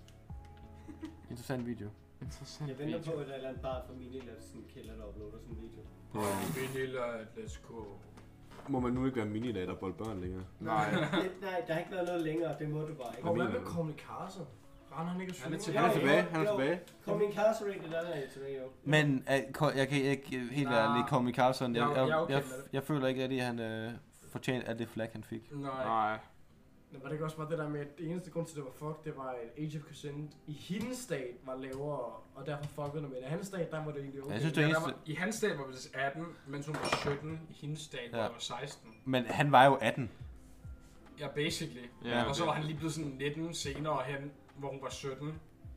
video. Jeg venter på, at der er et eller andet barn fra Minilad, sådan en kælder, der uploader sådan en video. Minilad, let's go. Må man nu ikke være Minilad og bolde børn længere? Nej, der har ikke været noget længere, det må du bare ikke. Hvad med Courtney Carson? Render han ikke Han er tilbage. Courtney Carson, det der er tilbage, jo. Men jeg kan ikke helt ærligt Courtney Carson. Jeg føler ikke, at han fortjente alt det flag, han fik. Nej. Men var det ikke også bare det der med, at det eneste grund til, det var fuck, det var, at Age of Consent i hendes stat var lavere, og derfor fuckede det med. I hans stat, der var det egentlig okay. Jeg synes, det eneste... I hans stat var det 18, mens hun var 17. I hendes stat var 16. Men han var jo 18. Ja, basically. Ja, og så var han lige blevet sådan 19 senere hen, hvor hun var 17.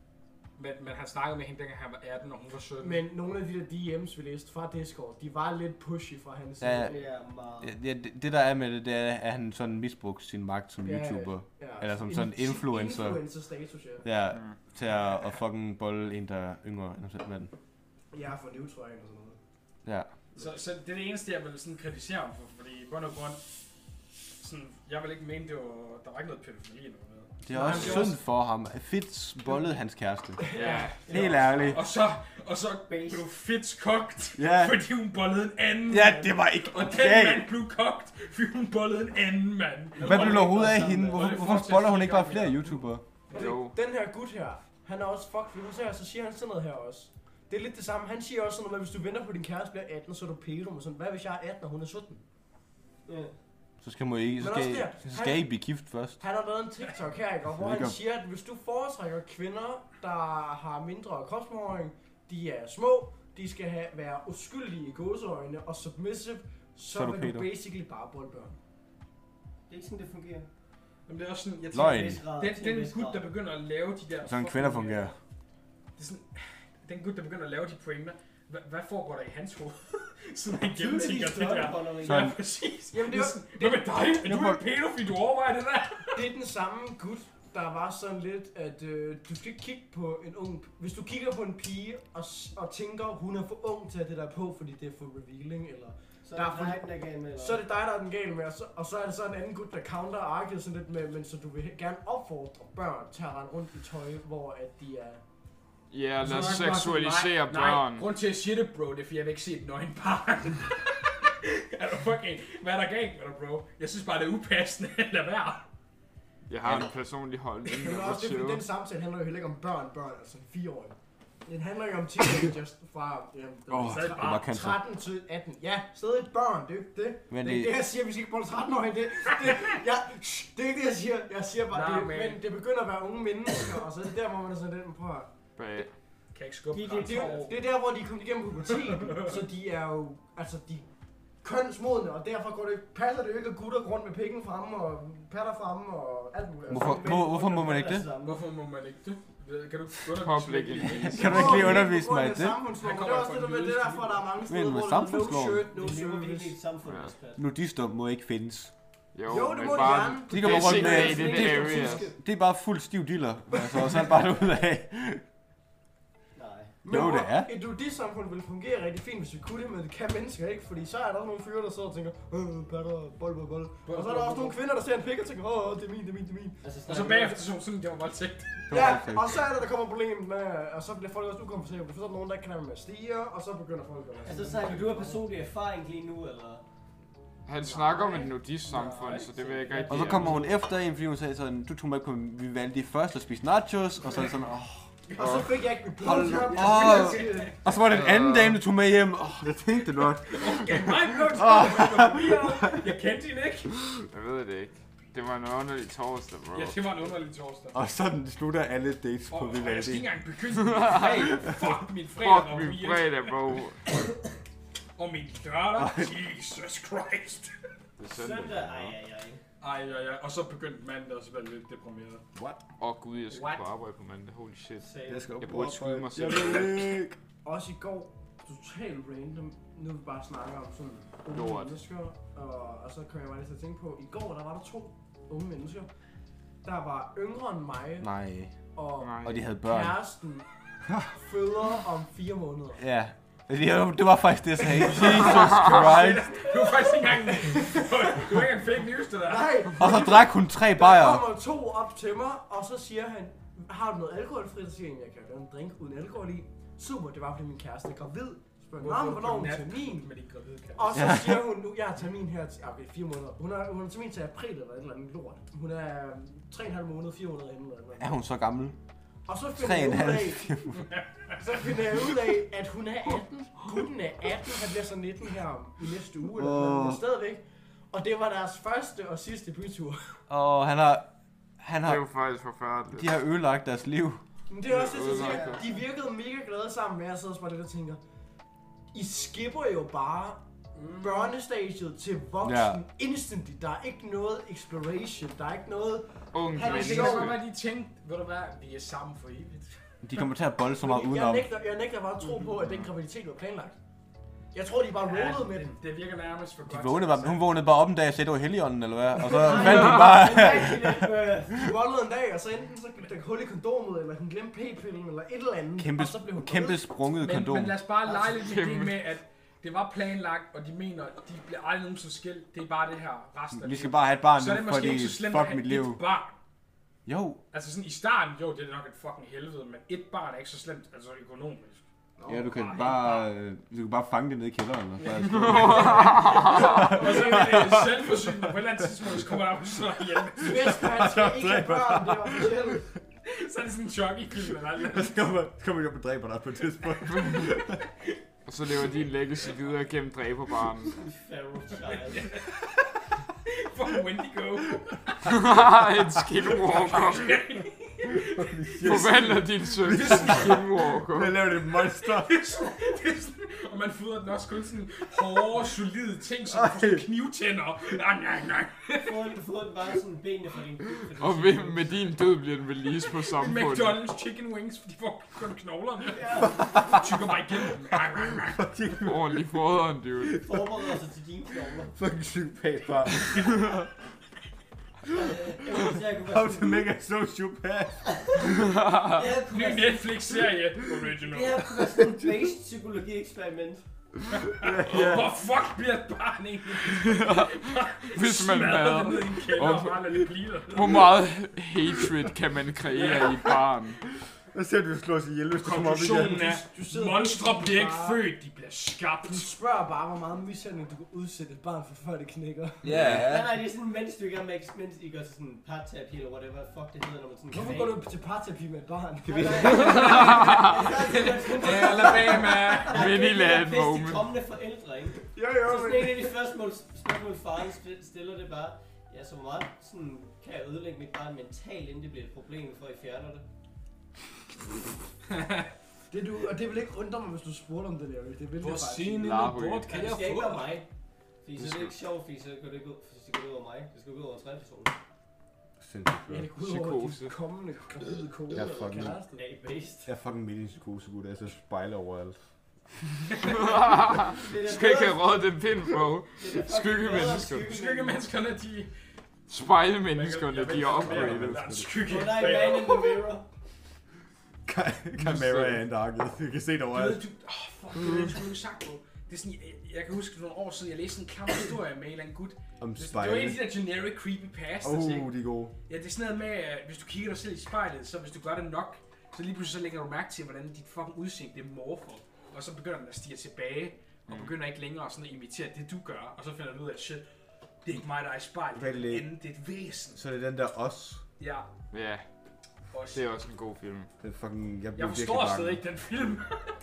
Men han snakkede med hende, dengang han var 18, og hun var 17. Men nogle af de der DM's, vi læste fra Discord, de var lidt pushy fra hans side. Ja, det der er med det, det er, at han sådan misbrugte sin magt som YouTuber. Ja. Eller som sådan influencer. Influencer-status, ja. Til at fucking bolle en, der er yngre end ham selv med den. Ja, for livstrøjen og sådan noget. Ja. Så det er det eneste, jeg vil sådan kritisere ham for, fordi i bund og grund, sådan, jeg vil ikke mene, der var ikke noget pædofili eller noget. Det er også synd for ham. Fitz bollede hans kæreste. Ja. Helt ærligt. Og så blev Fitz kogt, ja. Fordi hun bollede en anden Ja, det var ikke okay. Og den mand blev kogt, fordi hun bollede en anden mand. Hvad blev der hovedet af hende? Hvorfor boller hun ikke bare flere YouTubere? Den her gut her, han er også fucked, så siger han sådan noget her også. Det er lidt det samme. Han siger også sådan noget, at hvis du venter på din kæreste bliver 18, så er du pedo. Sådan, hvad hvis jeg er 18 og hun er 17? Ja. Så skal I blive gift først. Han har lavet en TikTok her, ikke? Hvor han siger, at hvis du foretrækker kvinder, der har mindre kropsbehåring, de er små, de skal være uskyldige i gåseøjne og submissive, så vil du basically bare bolle børn. Det er ikke sådan, det fungerer. Men det er også sådan, jeg tænker, den gut, der begynder at lave de der... Sådan kvinder fungerer. Det er sådan, den gut, der begynder at lave de pointer, hvad foregår der i hans hoved? Sådan en gennemtænker det der. Ja, præcis. Jamen, hvad med dig? Er du en pedo, fordi du overvejer det der? Det er den samme gut, der var sådan lidt, at du skal ikke kigge på en ung... Hvis du kigger på en pige og tænker, hun er for ung til at det der på, fordi det er for revealing, eller... Så er det dig, den er gal med, eller? Så er det dig, der er den gal med, og så er det så en anden gut, der counter-arket sådan lidt med, men så du vil gerne opfordre børn til at rende rundt i tøj, hvor at de er... Ja, lad os seksualisere børn. Nej, grund til at sige det, bro, det er fordi jeg vil ikke se et nøgenbarn. Er du fucking... Hvad er der galt med dig, bro? Jeg synes bare, det er upassende. Lad være. Jeg har en personlig holdning. Men også det, fordi den samtale handler jo heller ikke om børn, altså en 4-årig. Den handler ikke om teenagers fra 13 til 18. Ja, stadig børn, det er jo ikke det. Men det er ikke det, jeg siger, vi skal ikke bolle 13-årige. Det er ikke det, jeg siger. Jeg siger bare, men det begynder at være unge mennesker, og så er det der, hvor man er sådan lidt på. Kan ikke skubbe det er der, hvor de kommer igennem puberteten, så de er jo, altså de kønsmodne, og derfor passer det jo ikke, at gutter rundt med pikken fremme og patter fremme og alt muligt. Hvorfor må man ikke det? Hvorfor må man ikke det? Kan du ikke lige undervise mig i det? Det er også det, det derfor, der er mange steder, hvor der er no shirt, no service. Nudister må ikke findes. Jo, det må de gerne. De kommer rundt med det er bare fuld stiv diller. Altså, og så er det bare derudad. Men jo, det er. Et nudistsamfund ville fungere rigtig fint, hvis vi kunne det, men det kan mennesker ikke, fordi så er der nogle fyre, der sidder og tænker, patter, bold. Og så er der også nogle kvinder, der ser en pik og tænker, det er min. Altså, og så bagefter sådan, det var voldtægt. Ja, og så er der kommer problemet med, og så bliver folk også ukomfortable, for så er der nogen, der ikke kan have med at stige, og så begynder folk at altså, så du har personlig erfaring lige nu, eller? Han snakker om et nudist-samfund, så det vil jeg ikke rigtig. Og så kommer hun efter en, fordi hun sagde sådan, du tog med på, vi valgte først at spise nachos, og så er det sådan, og så fik jeg ikke mit blodjob. Og så var det en anden dame, der tog med hjem. Jeg tænkte nok. Jeg kendte hende ikke. Jeg ved det ikke. Det var en underlig torsdag, bro. Ja, det var en underlig torsdag. Og sådan slutter alle dates på Villa Jeg skal AD. ikke engang begynde. Fuck min fredag, bro. Og min lørdag. Jesus Christ. Søndag, Ej. Og så begyndte mandag også at være lidt deprimeret. What? Gud, jeg skal på arbejde på mandag. Holy shit. Jeg burde skyde mig selv. Også i går, totalt random. Nu vil vi bare snakke om sådan unge mennesker. Og så kan jeg bare lige til at tænke på, i går der var der 2 unge mennesker, der var yngre end mig. Nej. Og de havde børn. Kæresten føder om 4 måneder. Ja. Det var faktisk det, jeg sagde. Jesus Christ. Det var faktisk ikke engang fake news, det der. Nej. Og så drak hun 3 bajer. Der kommer 2 op til mig, og så siger han, har du noget alkoholfrit? Så siger jeg, jeg kan jo lave en drink uden alkohol i. Super, det var fordi min kæreste er gravid. Spørger hvornår hun termin? Og så siger hun, nu jeg har termin her til 4 måneder. Hun har termin til april eller et eller andet lort. Hun er 3,5 måneder, 4 måneder inden. Er hun så gammel? Og så finder jeg ud af, at hun er 18. Gutten er 18, han bliver så 19 her i næste uge, eller stadigvæk. Og det var deres første og sidste bytur. Og han har... Det er jo faktisk forfærdeligt. De har ødelagt deres liv. Men det er også det, jeg siger. De virkede mega glade sammen med, og så bare lidt og tænker, I skipper jo bare børnestadiet til voksen instantly. Der er ikke noget exploration, der er ikke noget... Han er sjovt, hvad de tænkte, ved du hvad, vi er sammen for evigt. De kommer til at bolle så meget udenom. Jeg nægter bare at tro på, at den graviditet var planlagt. Jeg tror, de bare rollede med den. Det virker nærmest for godt. Hun vågnede bare op en dag og sagde, det var Helligånden, eller hvad? Og så faldt hun bare... De rollede en dag, og så enten så gik der hul i kondomet, eller hun glemte p-pillen, eller et eller andet. Kæmpe sprunget kondom. Men lad os bare lege lidt med det med, at det var planlagt, og de mener, at de bliver aldrig nogen så skilt. Det er bare det her resten. Vi skal bare have et barn nu, fordi fuck mit liv. Barn. Jo. Altså sådan i starten, jo, det er nok et fucking helvede, men et barn er ikke så slemt, altså økonomisk. Ja, du kan bare fange det ned i kælderen. Og så er det selvforsynende. På et eller andet tidspunkt, så kommer der op sådan noget hjemme. Hvis man skal ikke have børn, det er officielt. Så er det sådan en Chucky-film eller noget. Så kommer vi op og dræber dig på et tidspunkt. Og så lever din legacy videre gennem dræberbarnen. Fucking Wendigo. En skinwalker. Forvandler din søn til en skinwalker. Jeg laver det monster. Det er sådan, og man fodrer den også kun sådan hårde, solide ting, som får sådan knivtænder. Nej. Fodrer den bare sådan benene for din Og med din død bliver den release på samfundet. McDonald's chicken wings, for de får kun knoglerne. Tykker mig igennem. Ordentlig foderen, dude. Forbereder sig til dine knogler. Fucking psykopat bare. How to make a sociopath. Ny Netflix-serie. Original. Det her kunne være sådan en based psykologi-eksperiment. Hvor fuck bliver et barn egentlig? Hvis man mader ned i en kælder og bare lader det blive der. Hvor meget hatred kan man kreere i et barn? Hvad ser du slås ihjel, hvis du kommer op igen? Konklusionen er, monstre bliver ikke født, de bliver skabt. Du spørger bare, hvor meget mishandling du kan udsætte et barn for, før det knækker. Ja. Nej, det er sådan, mens du ikke er mens I går til sådan parterapi eller whatever, fuck det hedder, når man sådan... Hvorfor går du til parterapi med et barn? Alabama. Miniland moment. De kommende forældre, ikke? Jo. Så sådan en af de spørgsmål faren stiller det bare, ja, så meget sådan, kan jeg ødelægge mit barn mentalt, inden det bliver et problem, for I fjerner det? Og det vil ikke undre mig, hvis du spurgte om det der. Det vil Hvor siden bort kan jeg få? Det skal ikke være mig. Fordi så er det ikke sjovt, fordi så går det ikke ud over mig. Det skal gå ud over en tredje person. Ja, det går ud over de kommende gravide kone eller kæreste. Jeg er fucking midt i en psykose, gut. Jeg ser spejle overalt. Skal ikke have rådet den pind, bro. Skyggemenneskerne, de... Spejlemenneskerne, de er upgraded. Der er en skygge. Man in the mirror. Camera er indakket. Du kan se det overalt. Fuck, det er sgu ikke sagt på. Det er sådan, jeg kan huske for nogle år siden, jeg læste en klam historie med en eller anden gut. Om Det var en af de der generic creepypastas, ikke? de er gode. Ja, det er sådan noget med, at hvis du kigger dig selv i spejlet, så hvis du gør det nok, så lige pludselig så lægger du mærke til, hvordan dit fucking udseende det morfer. Og så begynder den at stige tilbage, og begynder ikke længere sådan at imitere det, du gør. Og så finder du ud af, shit, det er ikke mig, der er i spejlet, det er et væsen. Så det er den der os. Ja. Ja, det er også en god film. Det er fucking... Jeg forstår stadig ikke den film.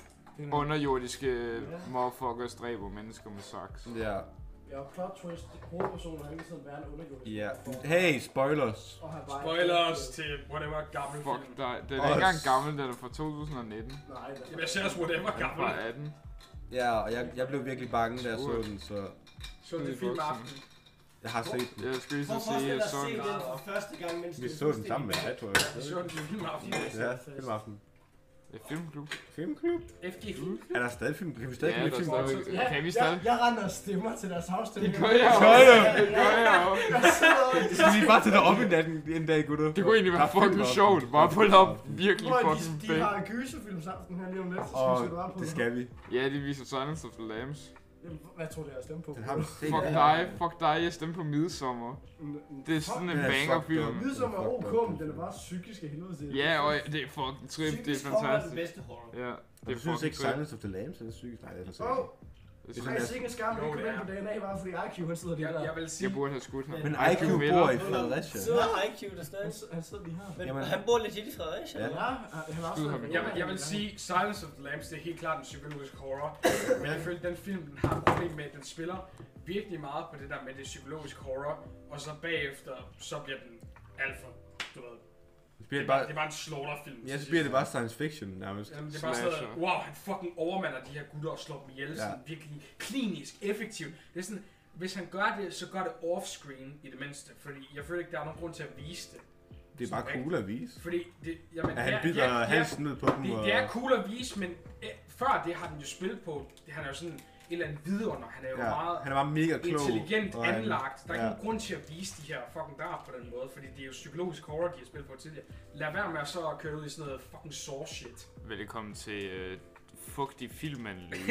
Underjordiske motherfuckers dræber mennesker med saks. Ja. Ja, plot twist. Hovedpersonen har hele tiden været en underjordisk. Ja. Hey, spoilers. Spoilers til whatever gammel film. Fuck dig. Den er ikke engang gammel, den er fra 2019. Nej, Jamen, jeg ser også whatever gammel. Fra 18. Ja, og jeg blev virkelig bange, da jeg så den, så... Så det er film aften. Jeg har set den. Jeg skal lige så Hvorfor sige, skal jeg der så se den. den for første gang, mens Vi det så den sammen med dig, tror jeg. Så den til film aften. Ja, filmaften. Filmklub. Filmklub? FG. Er der stadig film? Kan vi stadig Ja, komme i der film? er stadig. Kan vi stadig? Jeg render og stemmer til deres afstemning. Det gør jeg også. Det gør jeg også. Skal vi bare tage dig op i natten en dag, gutter? Det kunne egentlig være fucking sjovt. Bare pulle op virkelig fucking De fedt. har gyserfilmsaften her lige om lidt, så Og skal vi bare på. det skal vi. Ja, de viser Silence of the Lambs. Hvad tror du, jeg stemmer på? Den har vi set. Fuck dig, jeg stemte på Midsommar. Det er sådan en banger-film. Midsommar er OK, men den er bare psykisk af helvede til. Ja, og det er fucking trip, det er Psykisk horror er den fantastisk. bedste horror. Ja, det Jeg er synes ikke fucking trip. Silence of the Lambs er sygt. Nej, det er for Åh, Det er jeg er sådan, sikkert skam, at jeg ikke kom ind på DNA, bare fordi IQ han sidder lige der. Jeg vil sige... Jeg burde have skudt ham. Men IQ bor i Fredericia. Sidder IQ der stadig? Han sidder lige her. Men Jamen. han bor legit i Fredericia. Ja. Ja, han er Skyd ham også... i Jeg vil sige, Silence of the Lambs, det er helt klart en psykologisk horror. Men jeg føler, at den film den har et problem med, at den spiller virkelig meget på det der med det psykologiske horror. Og så bagefter, så bliver den alt for, du ved... Det er bare en slaughterfilm. Ja, så bliver det bare science fiction nærmest. Jamen, det er bare sådan noget, wow, han fucking overmander de her gutter og slår dem ihjel, sådan virkelig klinisk, effektivt. Det er sådan, hvis han gør det, så gør det off-screen i det mindste, fordi jeg føler ikke, der er nogen grund til at vise det. Det er bare cool at vise. Fordi det, jamen, At han bider halsen ud på dem. det er cool at vise, men før det har den jo spillet på, han er jo sådan et eller andet vidunder, han er jo meget... Han er bare mega klog. Intelligent anlagt. Der er ikke nogen grund til at vise de her fucking drab på den måde, fordi det er jo psykologisk horror, de har spillet på tidligere. Lad være med at så køre ud i sådan noget fucking saw shit. Velkommen til fugtig filmanalyse.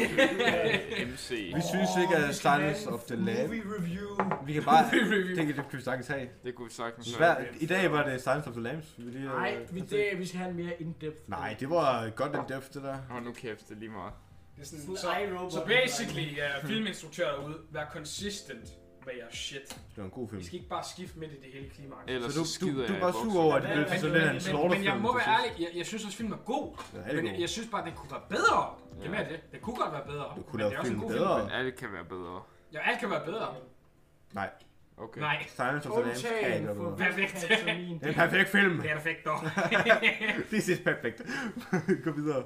MC. Vi synes ikke, at Silence of the Lambs... Movie review. Vi kan bare... Det kan vi sagtens have. Det kunne vi sagtens I dag var det Silence of the Lambs. Nej, vi skal have en mere in-depth. Nej, det var godt in-depth, det der. Hold nu kæft, det er lige meget. Det er sådan, så basically, filminstruktører ud, vær consistent med jeres shit. Det var en god film. Vi skal ikke bare skifte midt i det hele klimaks. Ellers Så så skider jeg du var sur over, at det blev sådan lidt en slaughterfilm. Men jeg må være ærlig, jeg synes også, filmen er god. Men jeg synes bare, at den kunne være bedre. Det er mere det. Den kunne godt være bedre. Du kunne lave filmen bedre. Men alt kan være bedre. Ja, alt kan være bedre. Nej. Okay. Nej. Silence of the Lambs kan ikke være bedre. Perfekt. Det er en perfekt film. Perfekt dog. This is perfekt. Gå videre.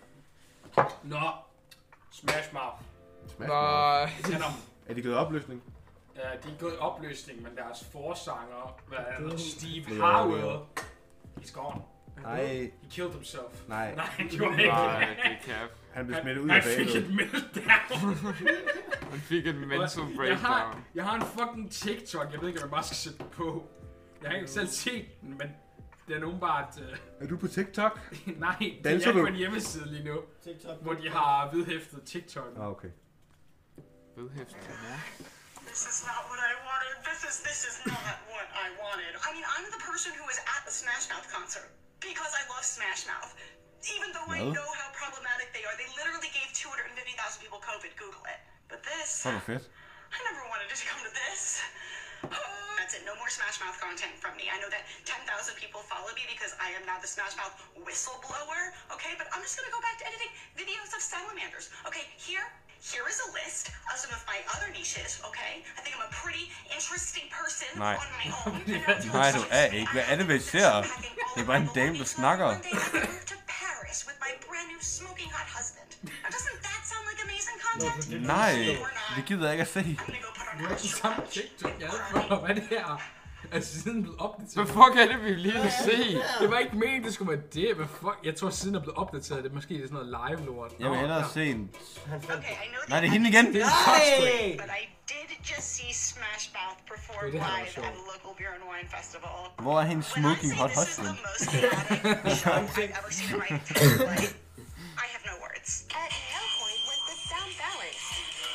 Nå. Smash Mouth. Nej. Er de gået i opløsning? De er gået i opløsning, men deres forsanger, hvad er Steve Harwell, he's gone. Nej. He killed himself. Nej. Nej, han gjorde ikke. Nej, det er cap. Han blev smittet ud af banen. Han fik et meltdown. Han fik et mental breakdown. Jeg har en fucking TikTok, jeg ved ikke, om jeg bare skal sætte den på. Jeg har ikke selv set den, men det er åbenbart... Er du på TikTok? Nej, det Danser er på du? en hjemmeside lige nu, TikTok. hvor de har vedhæftet TikTok. Ah, okay. Vedhæftet, ja. This is not what I wanted. This is not what I wanted. I mean, I'm the person who was at the Smash Mouth concert because I love Smash Mouth. Even though I know how problematic they are, they literally gave 250,000 people COVID. Google it. But this, Det var fedt. I never wanted it to come to this. That's it. No more Smash Mouth content from me. I know that 10,000 people follow me because I am now the Smash Mouth whistleblower. Okay, but I'm just gonna go back to editing videos of salamanders. Okay, here is a list of some of my other niches, okay? I think I'm a pretty interesting person on my own. Nej, du er ikke. Hvad er det, vi ser? Det er bare en dame, der snakker. One day I moved to Paris with my brand new smoking hot husband. Now, doesn't that sound like amazing content? Nej, det gider jeg ikke at se. I'm gonna go put on Det er ikke samme TikTok, jeg havde før. Hvad er det her? Er siden blevet opdateret? Hvad fuck er det, vi lige har set? Det var ikke meningen, det skulle være det. Hvad fuck? Jeg tror, siden er blevet opdateret. Det er måske sådan noget live-lort. Jeg vil hellere se en... Okay, I know Nej, det er hende igen. but I did just see Smash Mouth perform Det er det her, live der er at a local beer and wine festival. Hvor er hendes When I smoking say hot this is the husband? most chaotic show I've ever seen in my entire life, I have no words. At no point was the sound balanced.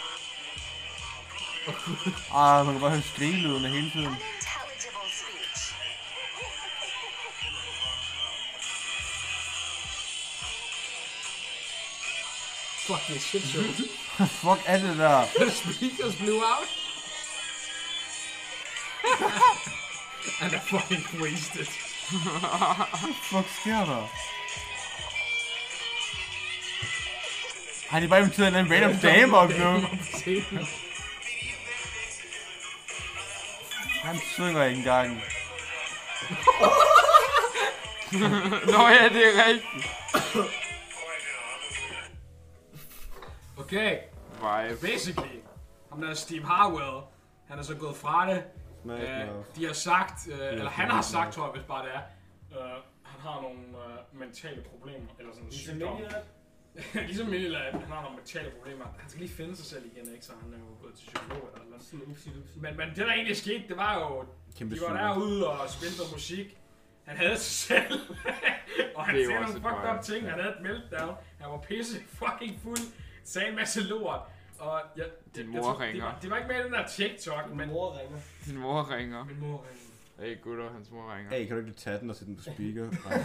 Man kan bare høre skrigelydene hele tiden. Unintelligible speech. Fuck, det er shit show. Fuck er det der? The speakers blew out. And are fucking wasted. Fuck sker der? Har de bare inviteret en anden random dame op nu? Han synger ikke engang. Nå ja, det er rigtigt. Okay, basically, ham der Steve Harwell, han er så gået fra det. De har sagt, eller han har sagt, tror jeg, hvis bare det er, han har nogle mentale problemer, eller sådan sygdom. Ligesom Middelad, han har nogle mentale problemer. Han skal lige finde sig selv igen, ikke? Så han er jo gået til psykolog eller noget. Men det der egentlig skete, det var jo, de var derude og spillede noget musik. Han havde sig selv, og han sagde nogle fucked up ting. Han havde et meltdown. Han var pisse fucking fuld, sagde en masse lort. Og Din mor ringer. Det var ikke med i den der TikTok, men... Min mor ringer. Din mor ringer. Min mor ringer. Hey gutter, hans mor ringer. Hey, kan du ikke lige tage den og sætte den på speaker?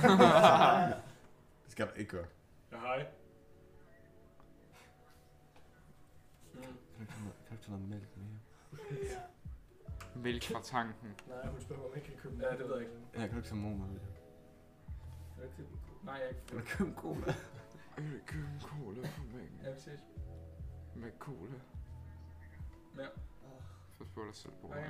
Det skal du ikke gøre. Ja, hej. Kan du ikke tage noget mælk mere? Mælk fra tanken. Nej, hun spørger, om jeg kan købe Ja, det ved jeg ikke. Ja, kan du ikke tage morgen med? Nej, jeg ikke. Kan du købe en cola? Køb en cola for mig. Ja, vi ses. Med cola. Ja. Først på dig selv på. Okay.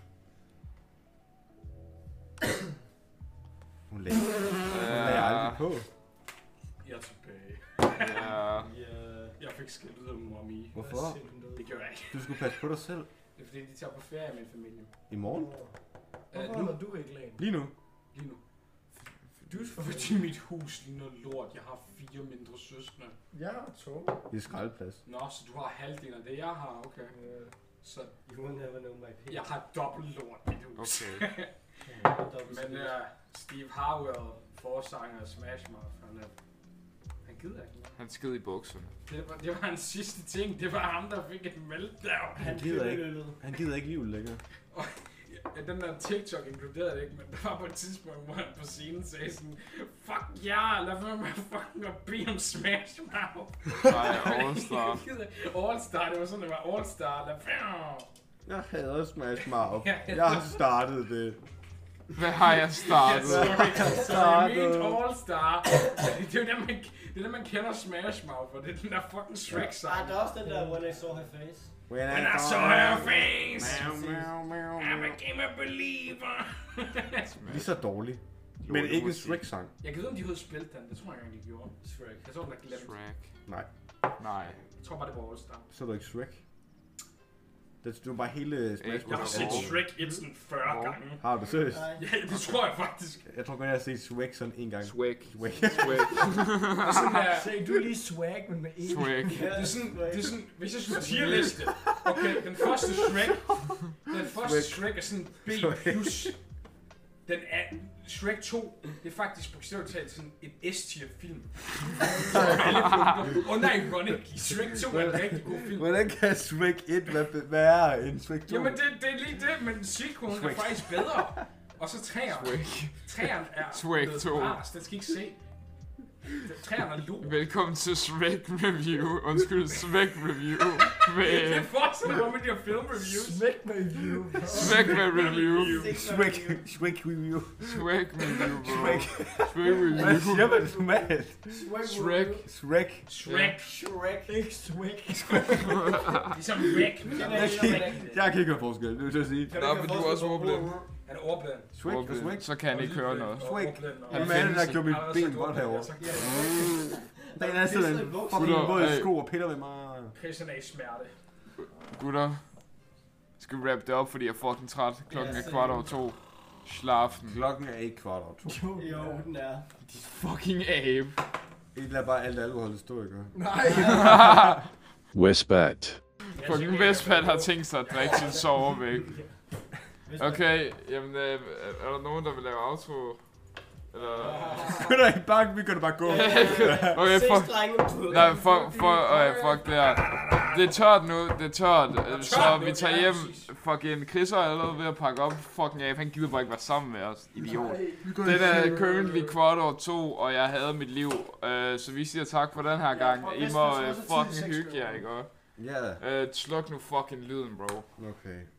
Hun lagde aldrig på. Jeg er tilbage. Ja. Jeg fik skilt ud af mor og Mie. Hvorfor? Det gjorde jeg ikke. Du skulle passe på dig selv. Det er fordi, de tager på ferie med min familie. I morgen? Hvorfor holder du ikke lagen? Lige nu? Lige nu. Fordi mit hus ligner lort. Jeg har 4 mindre søskende. Jeg har 2. Det er skraldplads. Nå, så du har halvdelen af det, jeg har. Okay. Så You will never know my pain. jeg har dobbelt lort i mit hus. Okay. Men Steve Harwell, forsanger af Smash Mouth, han gider ikke mere. Han skid i bukserne. Det var hans sidste ting. Det var ham, der fik et meltdown. Han gider ikke livet længere. Ja, den der TikTok inkluderede det ikke, men der var på et tidspunkt, hvor han på scenen sagde sådan, fuck ja, lad være med fucking at bede om Smash Mouth. Nej, All Star. All Star, det var sådan, det var All Star. Jeg hader Smash Mouth. Jeg har startet det. Hvad har jeg startet? Sorry, jeg mente All Star. Det er jo det, man kender Smash Mouth for. Det er den der fucking Shrek-sang. Der er også den der When I Saw Her Face. When I saw her face, Meow. I became a believer. Lige så dårlig. Men ikke en Shrek-sang. Jeg kan vide, om de havde spillet den. Det tror jeg ikke, de gjorde. Shrek. Jeg tror, den er glemt. Shrek. Nej. Nej. Jeg tror bare, det var All Star. Så er du ikke Shrek? Det var bare hele Smash Jeg har Bros. set Shrek 1 sådan 40 gange. Har du seriøst? Ja, det tror jeg faktisk. Jeg tror godt, jeg har set Shrek sådan en gang. Swag. Shrek. Swag. Og sådan der, Sagde du lige swag, men med en? Swag. det er sådan, hvis jeg skulle tierliste. Okay, den første Shrek er sådan B+. Den er, Shrek 2, det er faktisk bogstaveligt talt sådan et S-tier film. Nej, ironic. Shrek 2 er en rigtig god film. Hvordan kan Shrek 1 være værre end Shrek 2? Jamen det er lige det, men sequelen er faktisk bedre. Og så træeren er Shrek 2. Den skal ikke se. Træerne er lort. Velkommen til Shrek Review. Undskyld, Shrek Review. Det fortsætter bare med de her film reviews. Shrek review. Shrek Review. Shrek review. Shrek Review, bro. Shrek. Shrek Review. Hvad siger man normalt? Shrek. Shrek. Ikke swag. Ligesom Rick. Jeg kan ikke høre forskel, det vil jeg sige. Nå, men du er også ordblind. Han er ordblind. Shrek. Så kan han ikke høre noget. Shrek. Hvem er det, der gjorde mit ben godt herovre? Den er sådan en fucking våd sko og piller ved mig. Christian er i smerte. Gutter, Skal vi wrap det op, fordi jeg er fucking træt. Klokken er 2:15. Slaften. Klokken er ikke 2:15. Jo, den er. De fucking abe. Ikke lad bare alt alkohol stå, ikke? Nej. Westbat. Fucking Westbat har tænkt sig at drikke sin sover væk. Okay, jamen, er der nogen, der vil lave outro? Eller... vi kan da bare gå. Okay, fuck det her. Det er tørt nu, så vi tager hjem. Fucking Chris er allerede ved at pakke op. Fucking af, han gider bare ikke være sammen med os, idiot. Den er currently 2:15, og jeg havde mit liv. Så vi siger tak for den her gang. I må fucking hygge jer, ikke? Ja. Sluk nu fucking lyden, bro. Okay.